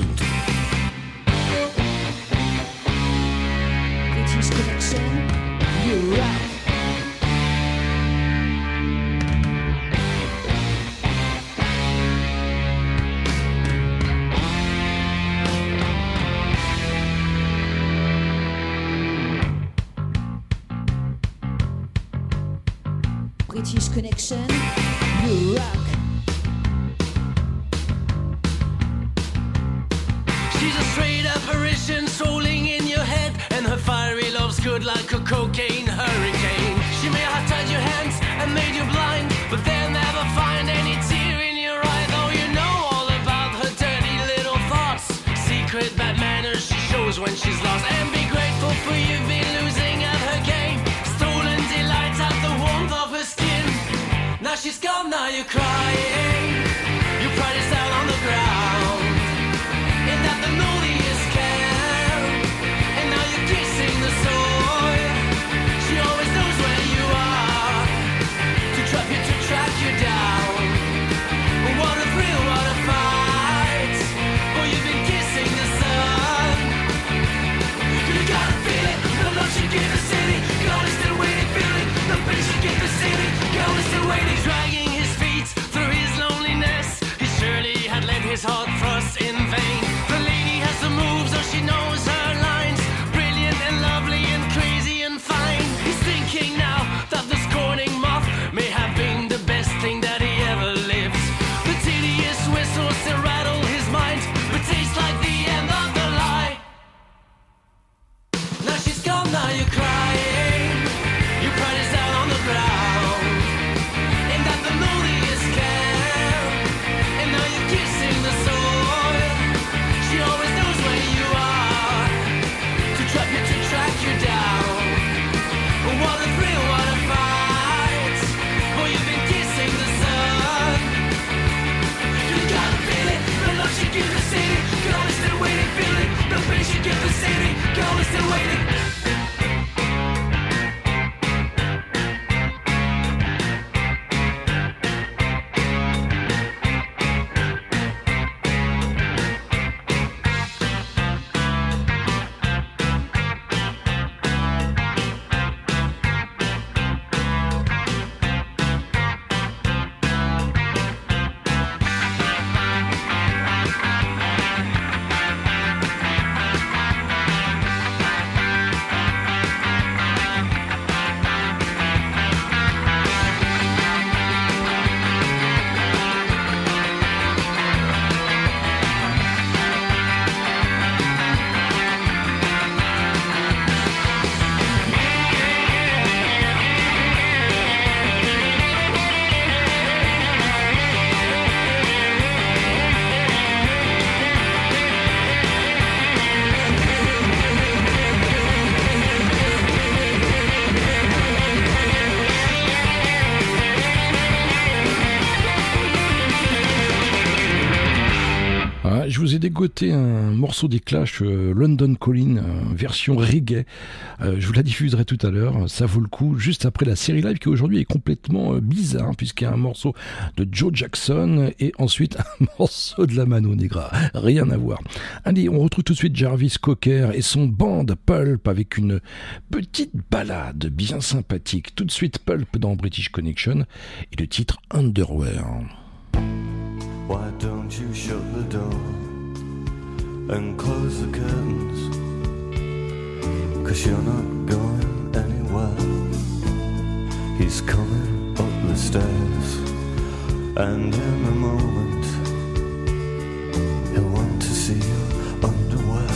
British Connection, you rock. British Connection, you rock. She's a straight apparition strolling in your head, and her fiery love's good like a cocaine hurricane. She may have tied your hands and made you blind, but they'll never find any tear in your eye, though you know all about her dirty little thoughts. Secret bad manners she shows when she's lost, and be grateful for you've been losing at her game. Stolen delights at the warmth of her skin. Now she's gone, now you're crying. Your pride is down on the ground. Ain't that the loneliest care? And now you're kissing the soil. She always knows where you are, to trap you, to track you down. What a thrill, what a fight. Oh, you've been kissing the sun. You gotta feel it, the love she gave the city. God is still waiting, feel it, the pain she gave the city. God is still waiting, dragging his feet through his loneliness. He surely had let his heart thrust in vain. The lady has the moves, so she knows her lines. Brilliant and lovely and crazy and fine. He's thinking now that the scorning moth may have been the best thing that he ever lived. The tedious whistle still rattle his mind, but tastes like the end of the lie. Now she's gone, now you're crying. Your pride is down on the ground. Ain't that the loneliest care? And now you're kissing the soil. She always knows where you are, to trap you, to track you down. What a thrill, what a fight. Oh, you've been kissing the sun. You gotta feel it, the love she gives the city. Girl is still waiting, feel it, the pain she gives the city. Girl is still waiting. Je vous ai dégoté un morceau des Clash, London Calling, version reggae. Je vous la diffuserai tout à l'heure. Ça vaut le coup, juste après la série live qui aujourd'hui est complètement bizarre, puisqu'il y a un morceau de Joe Jackson et ensuite un morceau de la Mano Negra. Rien à voir. Allez, on retrouve tout de suite Jarvis Cocker et son band Pulp avec une petite balade bien sympathique. Tout de suite Pulp dans British Connection et le titre Underwear. Why don't you shut the door and close the curtains? 'Cause you're not going anywhere. He's coming up the stairs, and in a moment he'll want to see your underwear.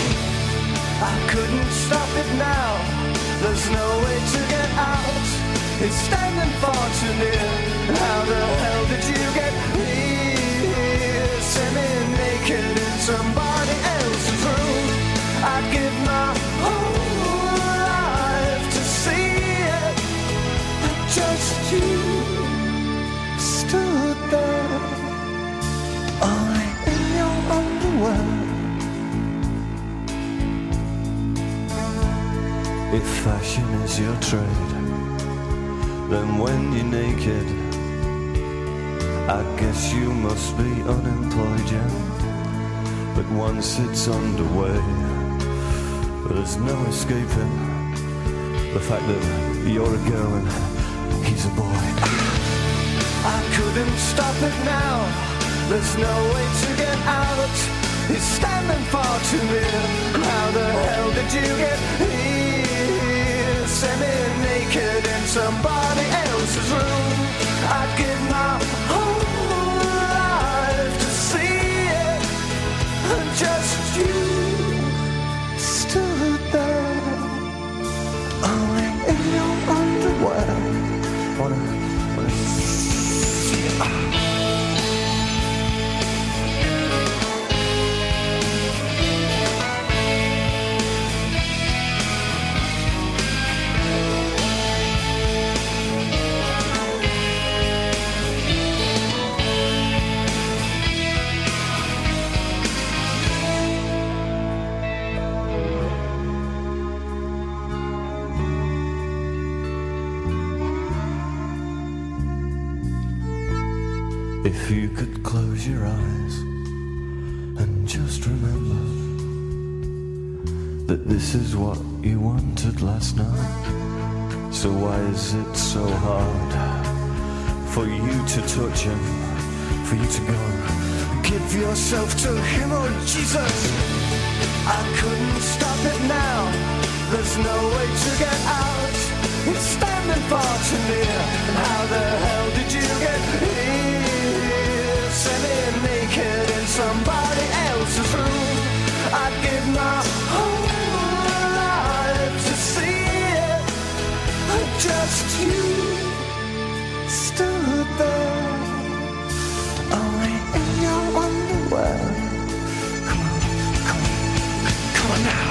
I couldn't stop it now, there's no way to get out. It's standing far too near. How the hell did you get here? Semi-naked in somebody else's room. I'd give my whole life to see it. you stood there, only in your underwear. If fashion is your trade, then when you're naked, I guess you must be unemployed, yeah. But once it's underway, there's no escaping the fact that you're a girl and he's a boy. I couldn't stop it now, there's no way to get out. He's standing far too near. How the hell did you get here? Semi-naked in somebody else's room. I'd give my whole life to see it. And just you stood there, only in your underwear. Wanna see it. If you could close your eyes and just remember that this is what you wanted last night. So why is it so hard for you to touch him, for you to go give yourself to him? Oh Jesus, I couldn't stop it now, there's no way to get out. It's standing far too near. And how the hell did you get here? Semi-naked in somebody else's room. I'd give my whole life to see it. Just you stood there, only in your underwear. Come on, come on, come on now.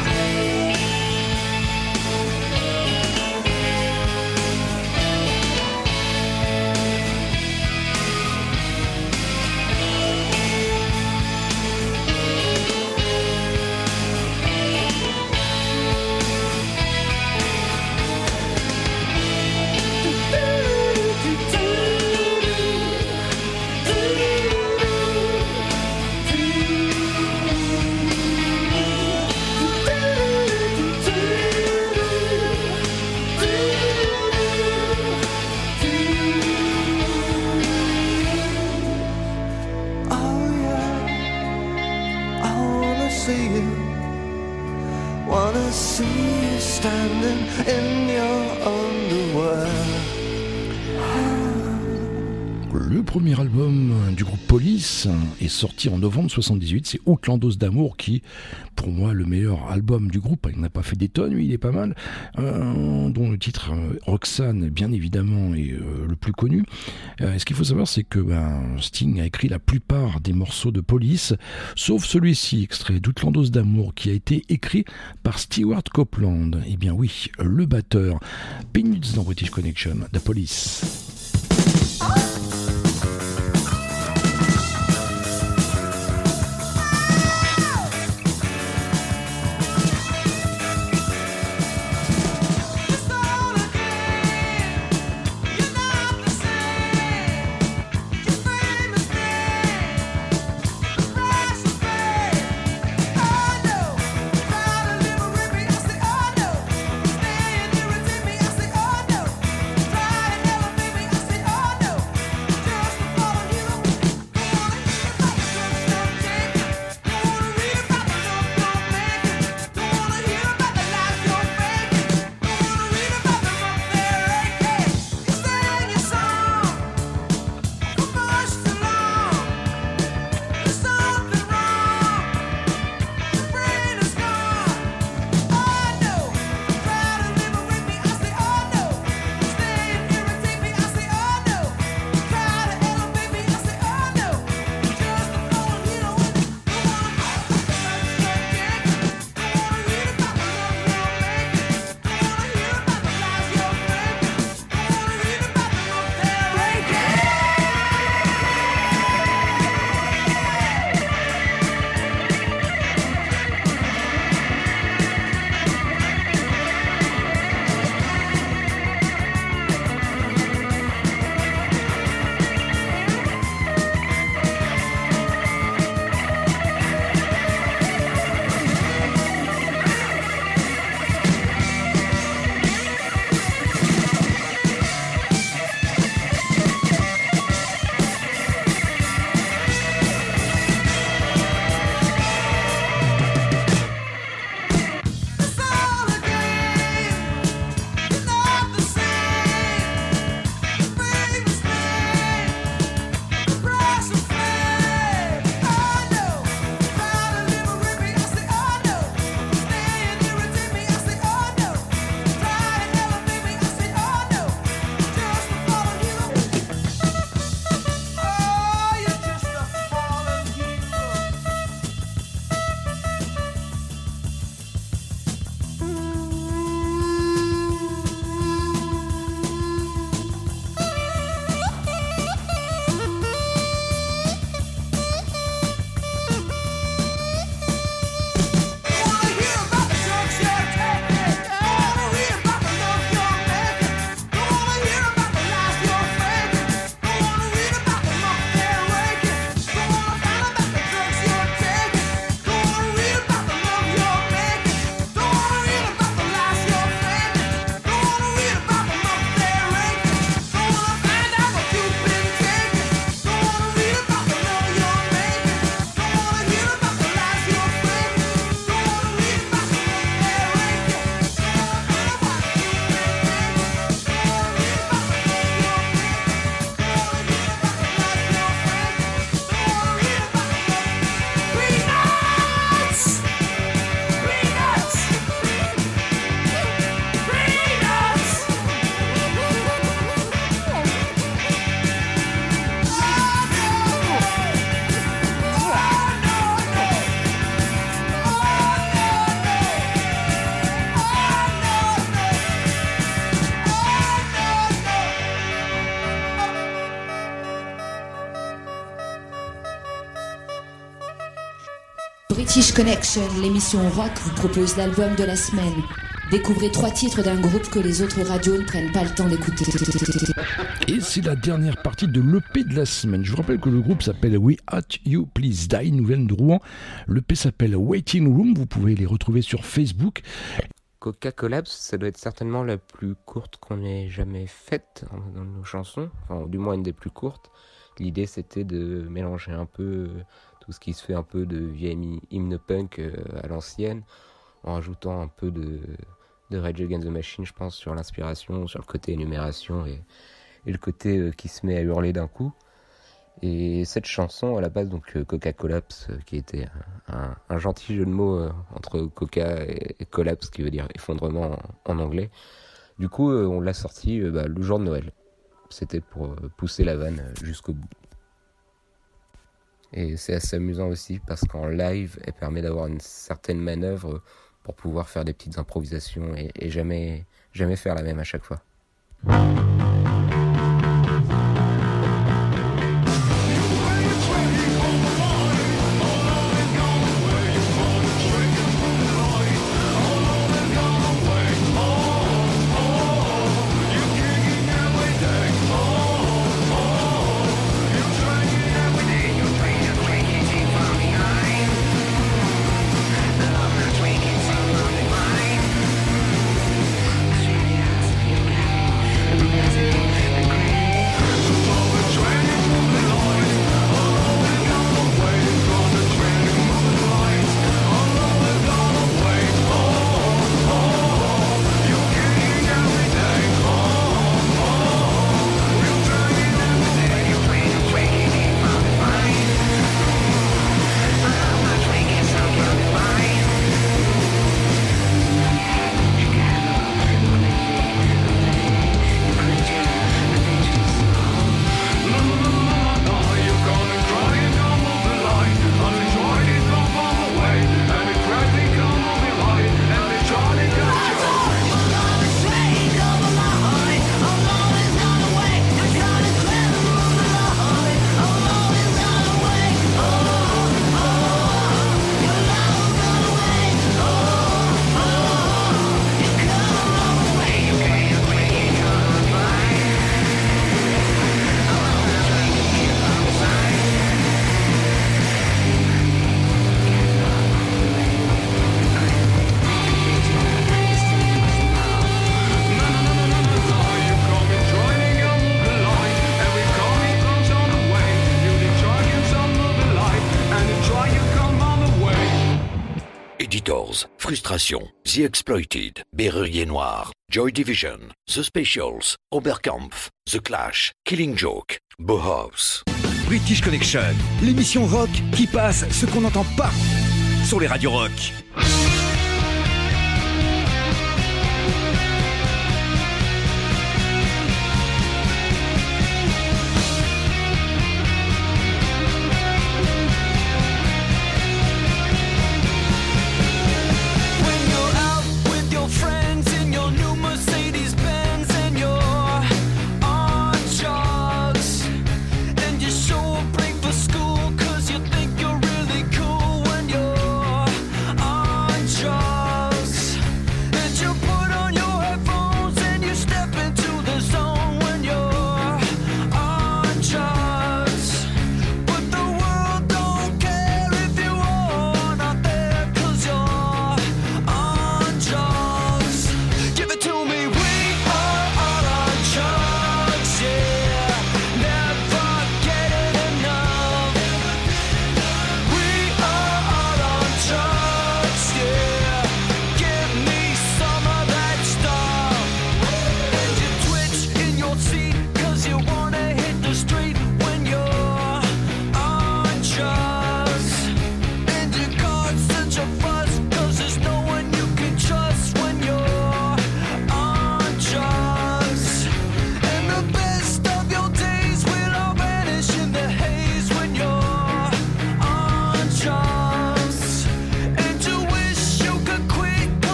Le premier album du groupe Police est sorti en novembre 78, c'est Outlandos d'amour qui, pour moi, le meilleur album du groupe. Il n'a pas fait des tonnes, mais il est pas mal, dont le titre Roxanne, bien évidemment, est le plus connu. Ce qu'il faut savoir, c'est que Sting a écrit la plupart des morceaux de Police, sauf celui-ci, extrait d'Outlandos d'amour, qui a été écrit par Stewart Copeland. Eh bien oui, le batteur. Peanuts dans British Connection, The Police. Try and never leave me. I say, oh no. British Connection, l'émission rock, vous propose l'album de la semaine. Découvrez 3 titres d'un groupe que les autres radios ne prennent pas le temps d'écouter. Et c'est la dernière partie de l'EP de la semaine. Je vous rappelle que le groupe s'appelle We At You Please Die, nous viennent de Rouen. L'EP s'appelle Waiting Room, vous pouvez les retrouver sur Facebook. Coca-Cola, ça doit être certainement la plus courte qu'on ait jamais faite dans nos chansons, enfin du moins une des plus courtes. L'idée c'était de mélanger un peu tout ce qui se fait un peu de vieille hymne punk à l'ancienne, en rajoutant un peu de Rage Against the Machine, je pense, sur l'inspiration, sur le côté énumération et le côté qui se met à hurler d'un coup. Et cette chanson, à la base, donc Coca-Collapse, qui était un gentil jeu de mots entre Coca et Collapse, qui veut dire effondrement en anglais. Du coup, on l'a sorti le jour de Noël. C'était pour pousser la vanne jusqu'au bout. Et c'est assez amusant aussi, parce qu'en live, elle permet d'avoir une certaine manœuvre pour pouvoir faire des petites improvisations et jamais faire la même à chaque fois. Frustration, The Exploited, Berrurier Noir, Joy Division, The Specials, Oberkampf, The Clash, Killing Joke, Bauhaus. British Connection, l'émission rock qui passe ce qu'on n'entend pas sur les radios rock. School, 'cause you think you're really cool when you're on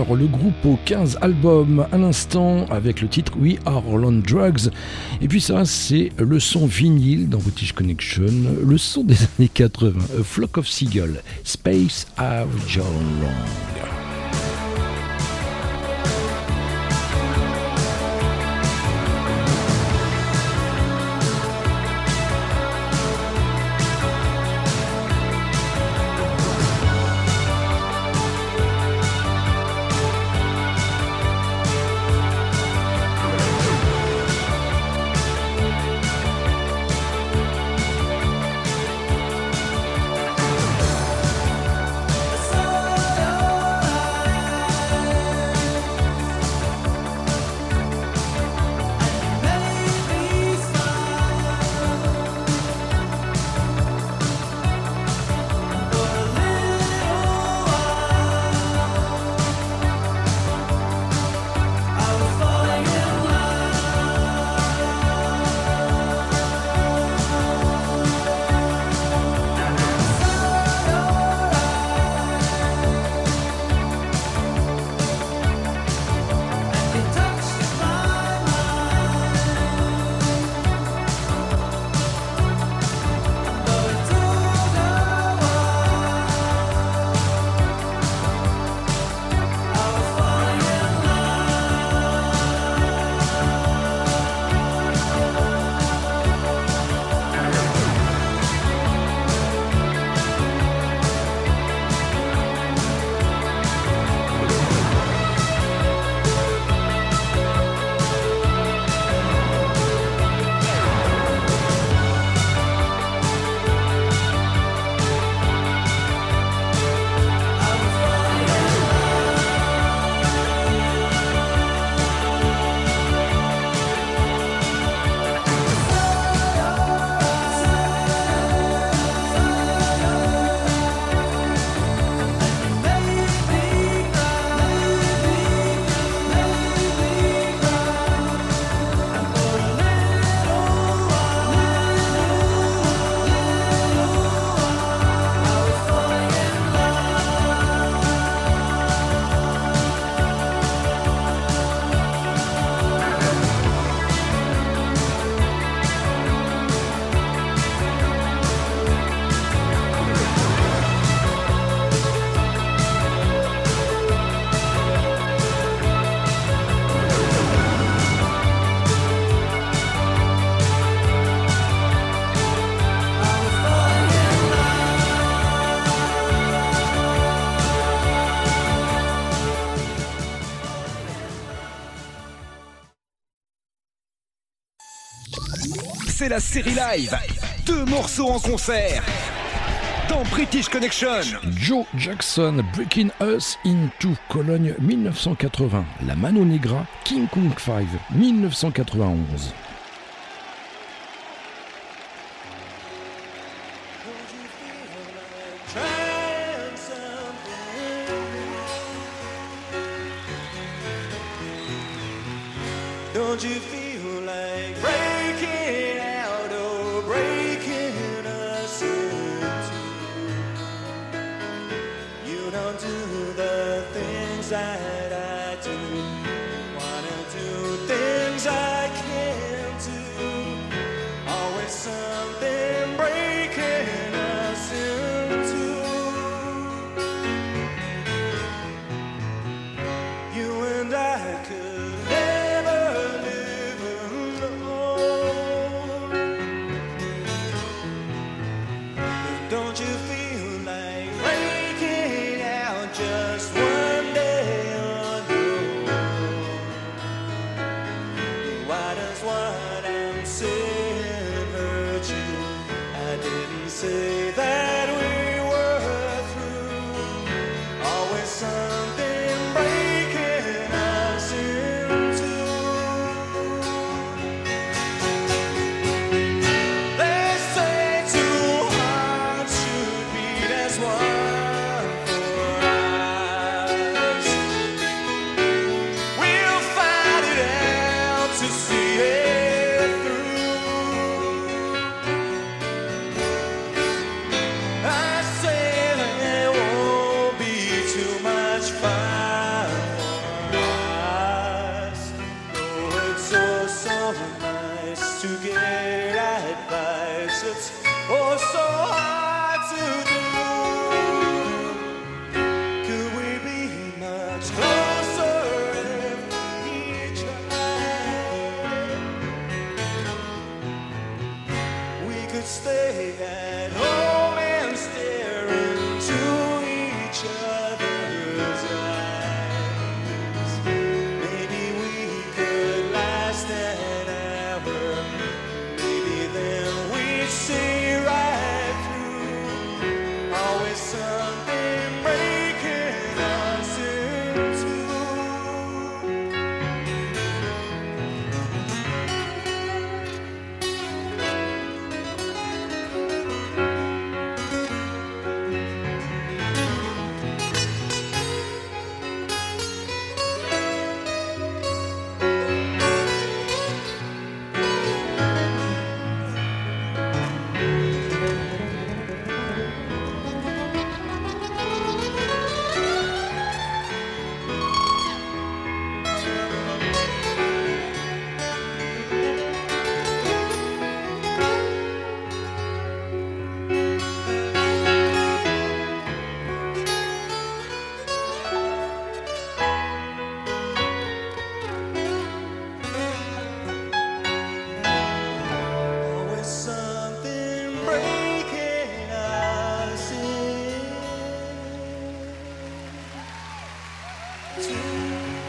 Alors, le groupe aux 15 albums à l'instant avec le titre We Are on Drugs. Et puis ça, c'est le son vinyle dans British Connection, le son des années 80, A Flock of Seagulls, Space Have John Long. C'est la série live. 2 morceaux en concert dans British Connection. Joe Jackson, Breaking Us into Cologne 1980. La Mano Negra, King Kong 5 1991. Don't you feel like breaking out or breaking us into? You don't do the things that I do. Wanna do things I can't do. Always something breaking us into. You and I could never live alone. But don't you feel like breaking out just one day on your own? Why does what I'm saying hurt you? I didn't say that we were through. Always something breaking us into. They say two hearts should beat as one for us. We'll fight it out to see it through. to get advice. It's oh so hard to do. Could we be much closer if we tried? We could stay at home and stare into each other's eyes. Maybe we could last an hour. Maybe then we'd see right through. Always something breaking us in two. Always something breaking us in two.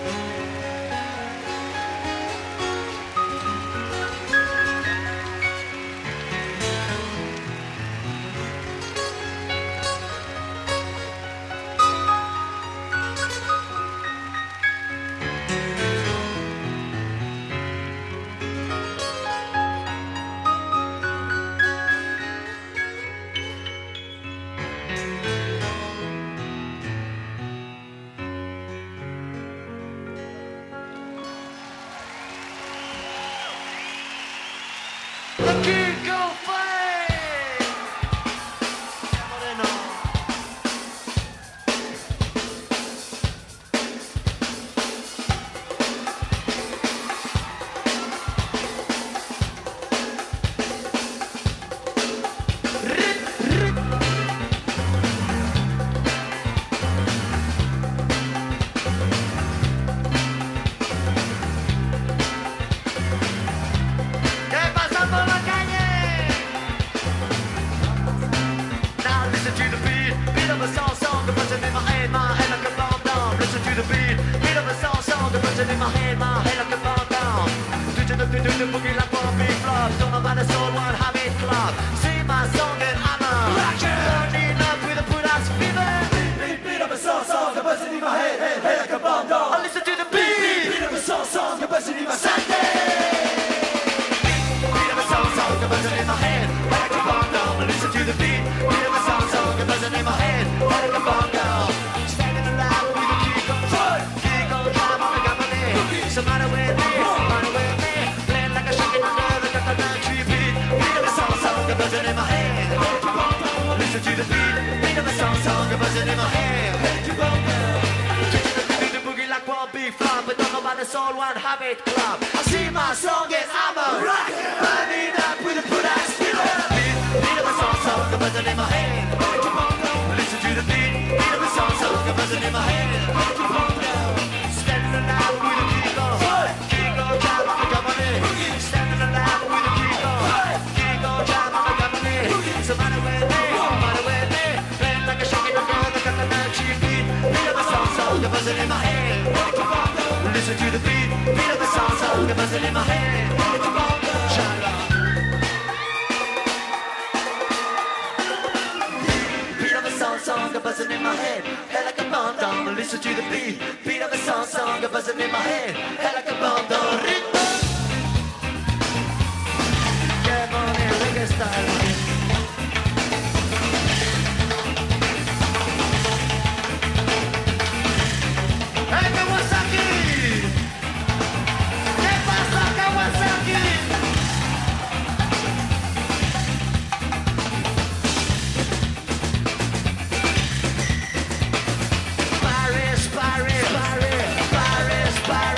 ¿Qué pasa por la calle? Now listen to the beat of a song, the buzzing in my head like a bomb down. Listen to the beat of a song, the buzzing in my head like a bomb down. Do the boogie like one big flop, don't know about the soul, one habit club. Sing my song and I'm a rocker. Burning up with a put-ass fever. Beat of a song, the buzzing in my head like a bomb down. I listen to the beat of a song, the buzzing in my Sunday. Beat of a song, the buzzing in my head like a bomb down. Listen to the beat of a song, the buzzing in my head like a bomb down. Standing alive with a kick on time on the company. So matter with me, playing like a shaking under the coconut tree. Beat of a song, the buzzing in my head. Listen to the beat of a song, the buzzing in my head. The boogie like one big flop, but don't know about the soul, one habit club. I see my song and I'm a rocker, burning up with a put-ass fever. Beat of a song, the buzzing in my head. Listen to the beat of a song, the buzzing in my head. Standing alive with a kick on time on the company. Standing alive with a kick on time on the company. So matter with me, playing like a shaking under the coconut tree. Beat of a song, the buzzing in my head. Listen to the beat of a song, the buzzing in my head. Shala. Beat of a song, the buzzing in my head like a bomb down. Listen to the beat of a song, the buzzing in my head like a bomb down. Come on, reggae style. Hey, Kawasaki! ¿Qué pasa, Kawasaki? Paris, Paris, Paris, Paris, Paris.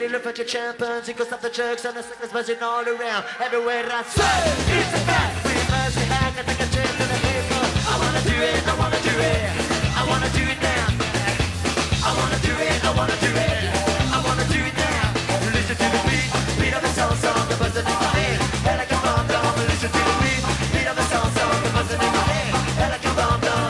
look at your champions, equals of the jerks and the suckers buzzing all around. Everywhere I say, it's a fact. We must be back and take a chance to the people. I wanna do it, I wanna do it. I wanna do it now. I wanna do it, I wanna do it. I wanna do it now. Listen to the beat, beat of the song, the buzzing in my head. Head like a bomb down. Listen to the beat, beat of the song, the buzzing in my head. Head like a bomb down.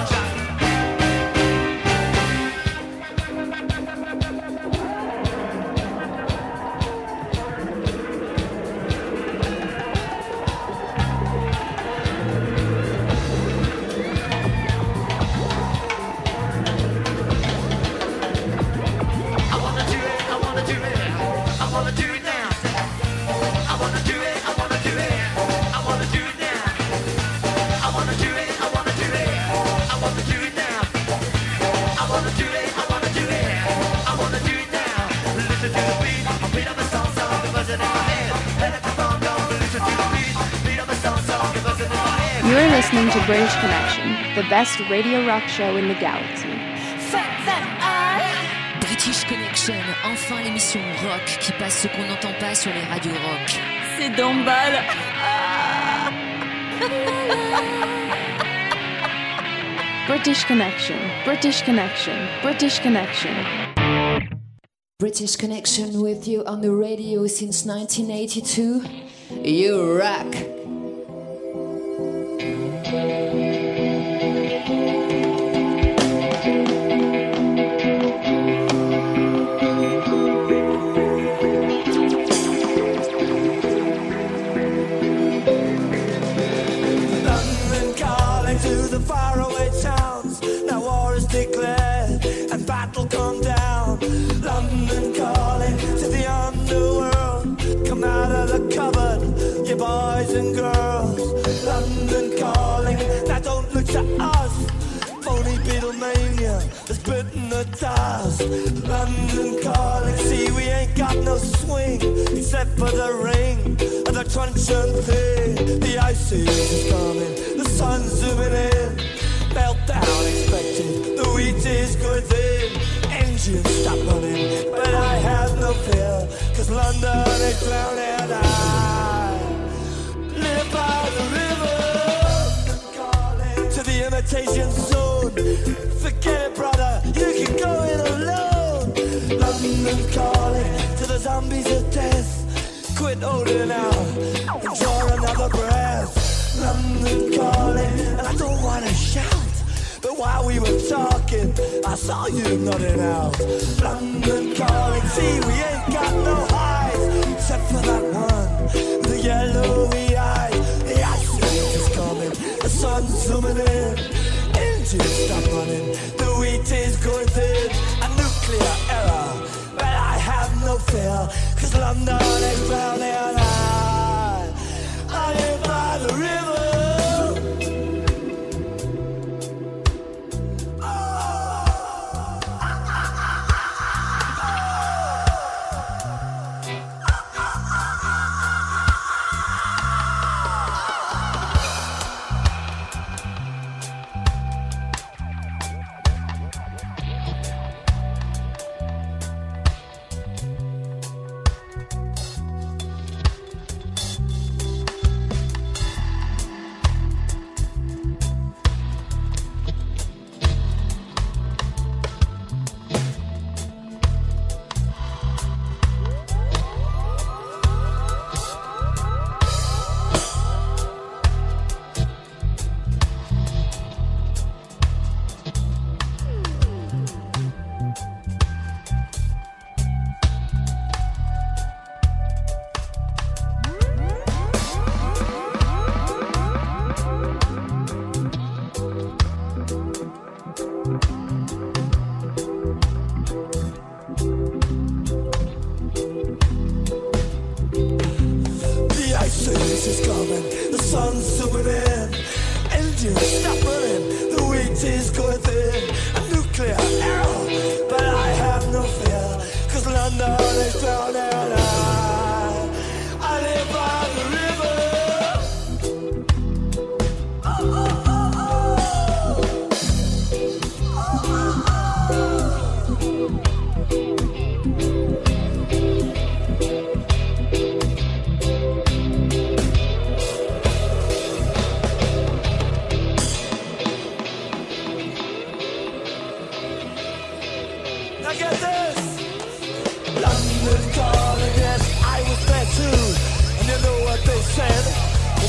You're listening to British Connection, the best radio rock show in the galaxy. British Connection, enfin l'émission rock qui passe ce qu'on n'entend pas sur les radios rock. C'est d'emballe. British Connection, British Connection, British Connection. British Connection with you on the radio since 1982. You rock! London calling to the faraway towns. Now war is declared and battle come down. London calling to the underworld. Come out of the cupboard, you boys and girls. London calling, now don't look to us. Phony Beatlemania has bitten the dust. London calling, see we ain't got no swing except for the ring and the truncheon thing. The ice age is coming, the sun's zooming in. Meltdown expected, the wheat is going thin. Engines stop running, but I have no fear, cause London is drowning. I live by the river, calling to the imitation zone. Forget it, brother, you can go in alone. London calling to the zombies of death. Quit holding out and draw another breath. London calling, and I don't wanna shout, but while we were talking, I saw you nodding out. London calling, see we ain't got no highs, except for that one with the yellowy eyes. The ice age is coming, the sun's zooming in. Engines stop running, the wheat is going thin. A nuclear error, but I have no fear, cause London is drowning. I live by the river.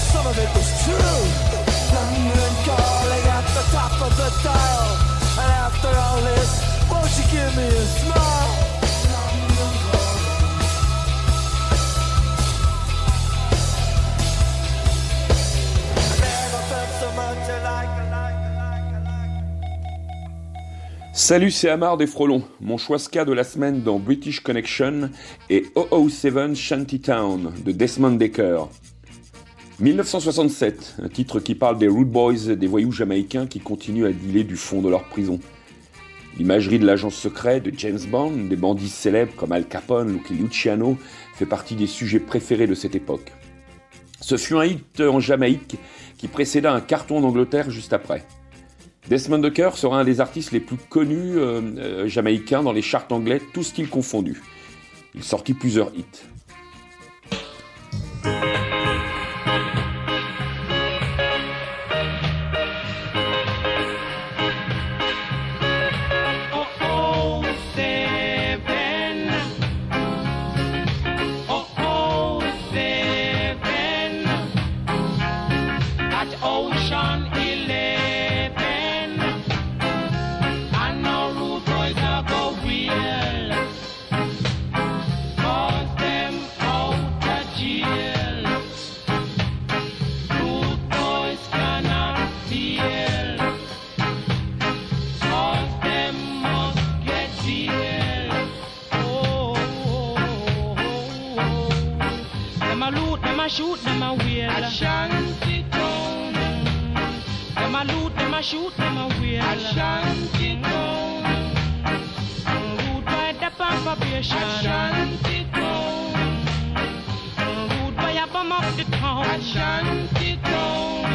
some of it was true. London calling at the top of the dial. And after all this, won't you give me a smile? London calling. I never felt so much alike. Salut, c'est Amar des Frelons. Mon choix ska de la semaine dans British Connection est 007 Shantytown de Desmond Dekker. 1967, un titre qui parle des Rude Boys, des voyous jamaïcains qui continuent à dealer du fond de leur prison. L'imagerie de l'agent secret, de James Bond, des bandits célèbres comme Al Capone, Lucky Luciano, fait partie des sujets préférés de cette époque. Ce fut un hit en Jamaïque qui précéda un carton en Angleterre juste après. Desmond Dekker sera un des artistes les plus connus jamaïcains dans les charts anglais, tous styles confondus. Il sortit plusieurs hits. Shoot them a wheel. A shanty town. Them a loot, them a shoot, them a wheel. A shanty town. Rude by the pump probation. A shanty town. Rude by a bum up the town. A shanty town.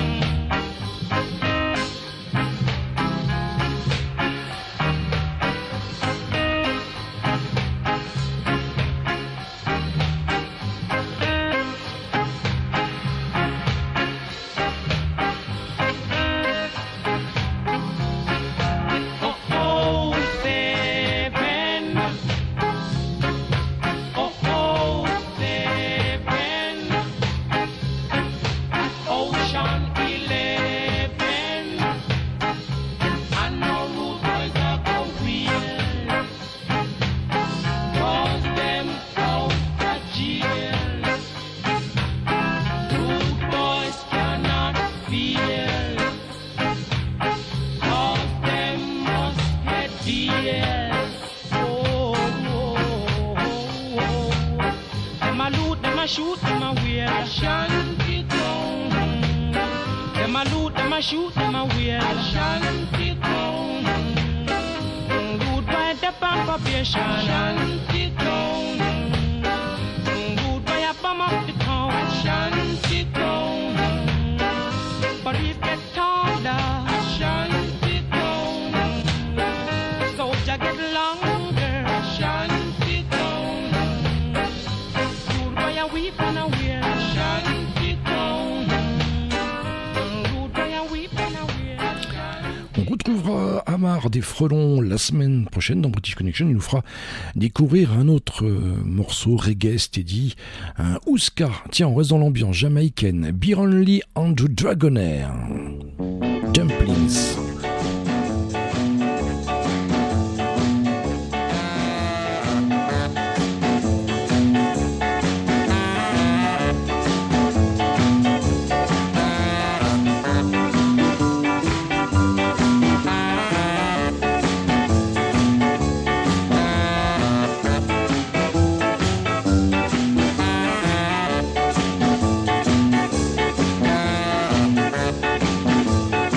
Shoot them a wheel. A shanty town. Them a loot, them a shoot, them a wheel. A shanty town. Rude by the pump probation. A shanty town. Rude by a bum up the town. A shanty town. But if get taller. A shanty town. Soldier get longer. A shanty town. Rude by a weep and a wear. A shanty town. Rude by a weep and a wear. On retrouvera Amar des Frelons la semaine prochaine dans British Connection. Il nous fera découvrir un autre morceau reggae steady, un Ouska. Tiens, on reste dans l'ambiance jamaïcaine. Byron Lee and the Dragonair. Dumplings. Dumplings.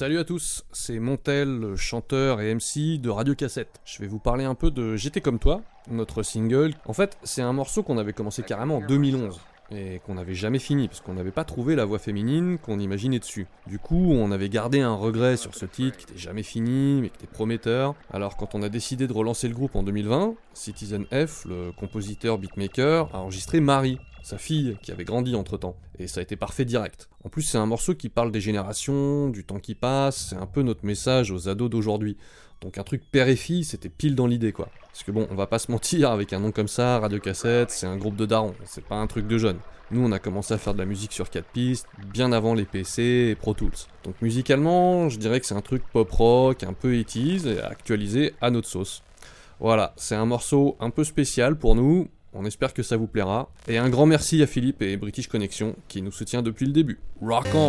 Salut à tous, c'est Montel, chanteur et MC de Radio Cassette. Je vais vous parler un peu de J'étais comme toi, notre single. En fait, c'est un morceau qu'on avait commencé carrément en 2011. Et qu'on n'avait jamais fini, parce qu'on n'avait pas trouvé la voix féminine qu'on imaginait dessus. Du coup, on avait gardé un regret sur ce titre qui était jamais fini, mais qui était prometteur. Alors quand on a décidé de relancer le groupe en 2020, Citizen F, le compositeur beatmaker, a enregistré Marie, sa fille, qui avait grandi entre-temps. Et ça a été parfait direct. En plus, c'est un morceau qui parle des générations, du temps qui passe, c'est un peu notre message aux ados d'aujourd'hui. Donc un truc père et fille, c'était pile dans l'idée quoi. Parce que bon, on va pas se mentir, avec un nom comme ça, Radio Cassette, c'est un groupe de darons, c'est pas un truc de jeunes. Nous on a commencé à faire de la musique sur 4 pistes, bien avant les PC et Pro Tools. Donc musicalement, je dirais que c'est un truc pop rock, un peu 80s, et actualisé à notre sauce. Voilà, c'est un morceau un peu spécial pour nous, on espère que ça vous plaira. Et un grand merci à Philippe et British Connection qui nous soutient depuis le début. Rock on!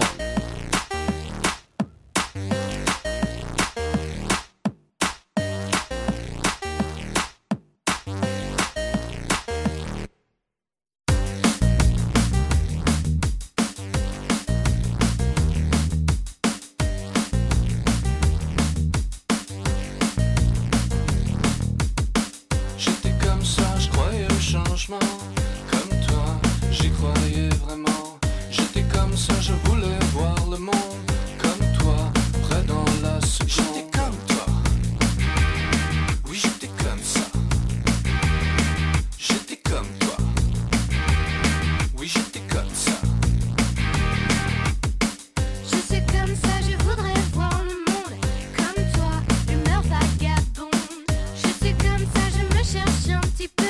Comme toi, j'y croyais vraiment. J'étais comme ça, je voulais voir le monde. Comme toi, près dans la seconde. J'étais comme toi. Oui, j'étais comme ça. J'étais comme toi. Oui, j'étais comme ça. Je suis comme ça, je voudrais voir le monde. Comme toi, l'humeur vagabonde. Je suis comme ça, je me cherche un petit peu.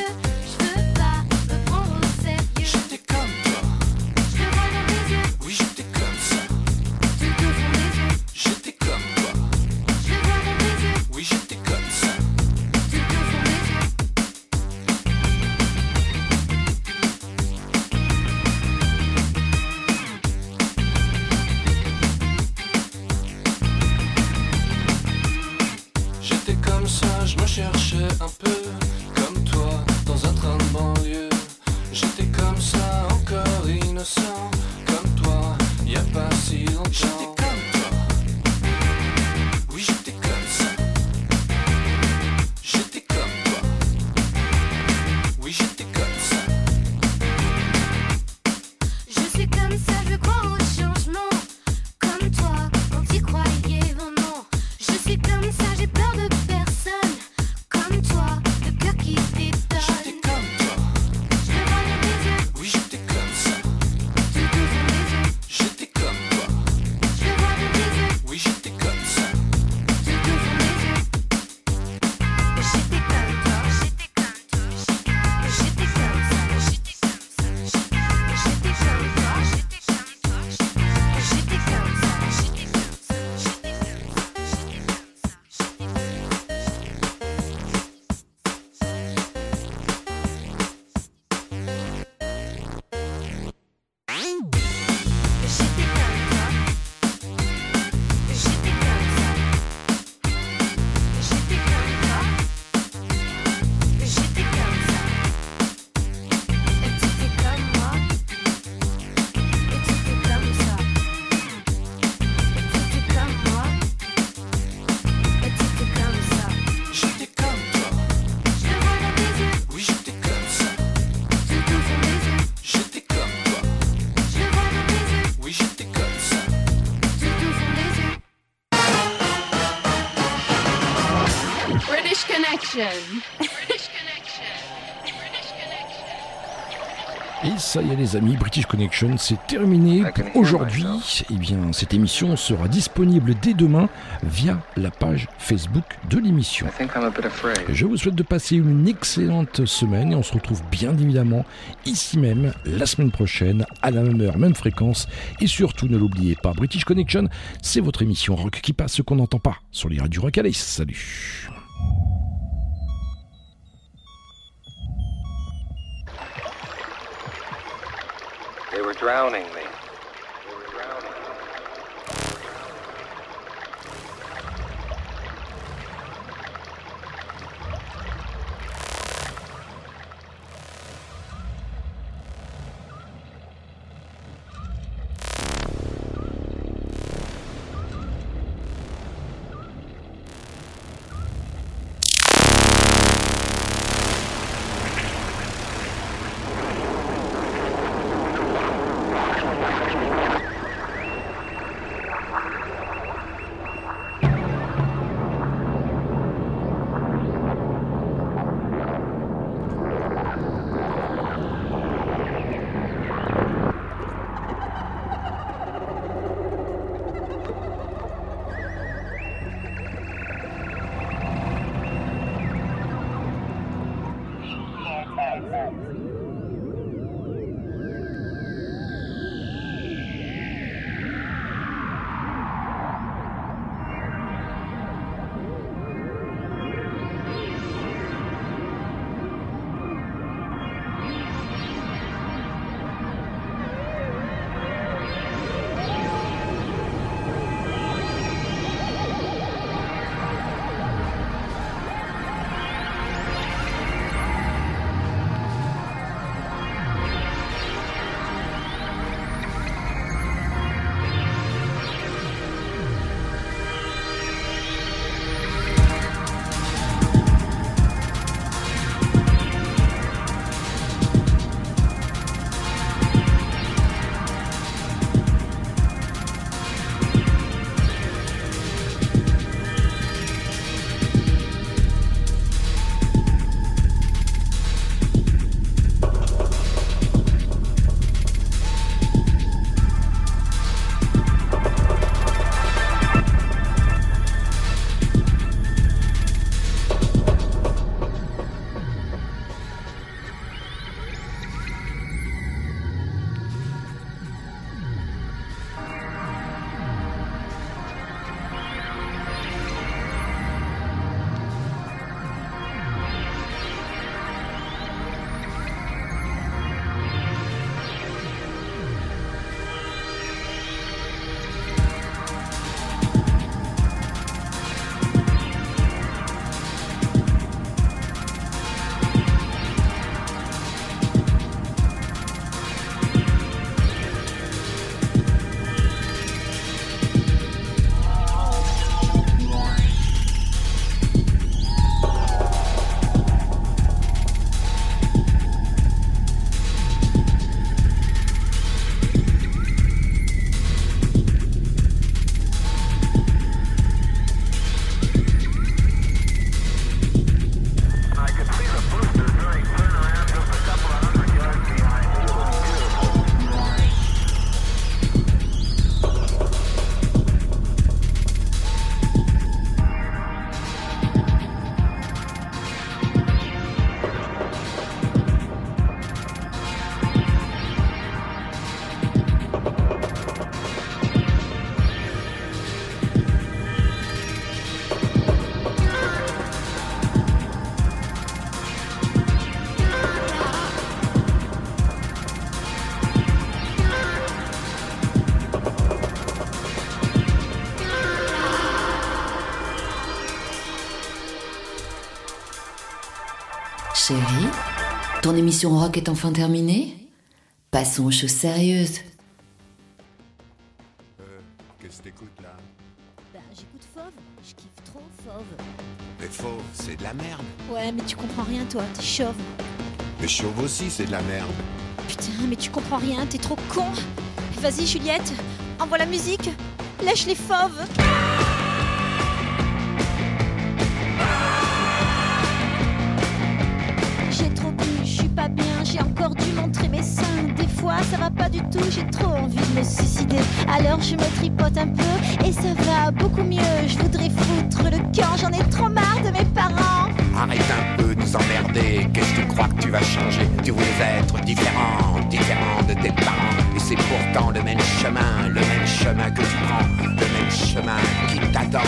Cherchais un peu comme toi dans un train de banlieue. J'étais comme ça, encore innocent. Comme toi, y a pas si longtemps. J'étais comme toi. Oui, j'étais comme ça. J'étais comme toi. Oui, j'étais comme ça. Je suis comme ça, je crois au changement. Comme toi, quand t'y croyais vraiment. Je suis comme ça, j'ai peur de personne. Comme toi, le cœur qui t'étonne. J'étais comme toi. Je le vois dans tes yeux. Oui, j'étais comme ça. Tout au fond des yeux. J'étais comme toi. Je le vois dans tes yeux. Oui, j'étais comme ça. Tout au fond des yeux. J'étais comme toi. J'étais comme toi. J'étais comme ça. J'étais comme ça. J'étais comme toi. J'étais comme toi. J'étais comme ça. J'étais comme ça. J'étais comme British Connection. Et ça y est les amis, British Connection, c'est terminé pour aujourd'hui. Eh bien, cette émission sera disponible dès demain via la page Facebook de l'émission. Je vous souhaite de passer une excellente semaine et on se retrouve bien évidemment ici même la semaine prochaine à la même heure, même fréquence. Et surtout, ne l'oubliez pas, British Connection, c'est votre émission rock qui passe ce qu'on n'entend pas sur les radios Rock. Allez, salut. They were drowning me. Chérie, ton émission rock est enfin terminée? Passons aux choses sérieuses. Qu'est-ce que t'écoutes là? Ben, j'écoute Fauve, je kiffe trop Fauve. Mais faux, c'est de la merde. Ouais, mais tu comprends rien, toi, t'es chauve. Mais chauve aussi, c'est de la merde. Putain, mais tu comprends rien, t'es trop con. Vas-y, Juliette, envoie la musique. Lèche les fauves. J'ai trop bu, je suis pas bien, j'ai encore dû montrer mes seins. Des fois, ça va pas du tout, j'ai trop envie de me suicider. Alors je me tripote un peu et ça va beaucoup mieux. Je voudrais foutre le camp, j'en ai trop marre de mes parents. Arrête un peu de nous emmerder, qu'est-ce que tu crois que tu vas changer? Tu voulais être différent, différent de tes parents. Et c'est pourtant le même chemin que tu prends, le même chemin qui t'attend.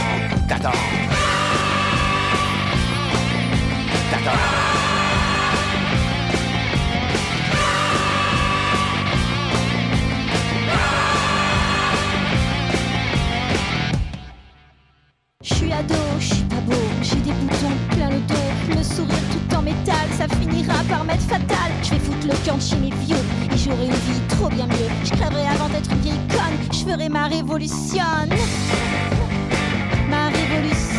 Je suis ado, je suis pas beau, j'ai des boutons plein le dos, le sourire tout en métal, ça finira par m'être fatal. Je vais foutre le camp chez mes vieux et j'aurai une vie trop bien mieux. Je crèverai avant d'être une vieille conne, je ferai ma révolution. Ma révolution.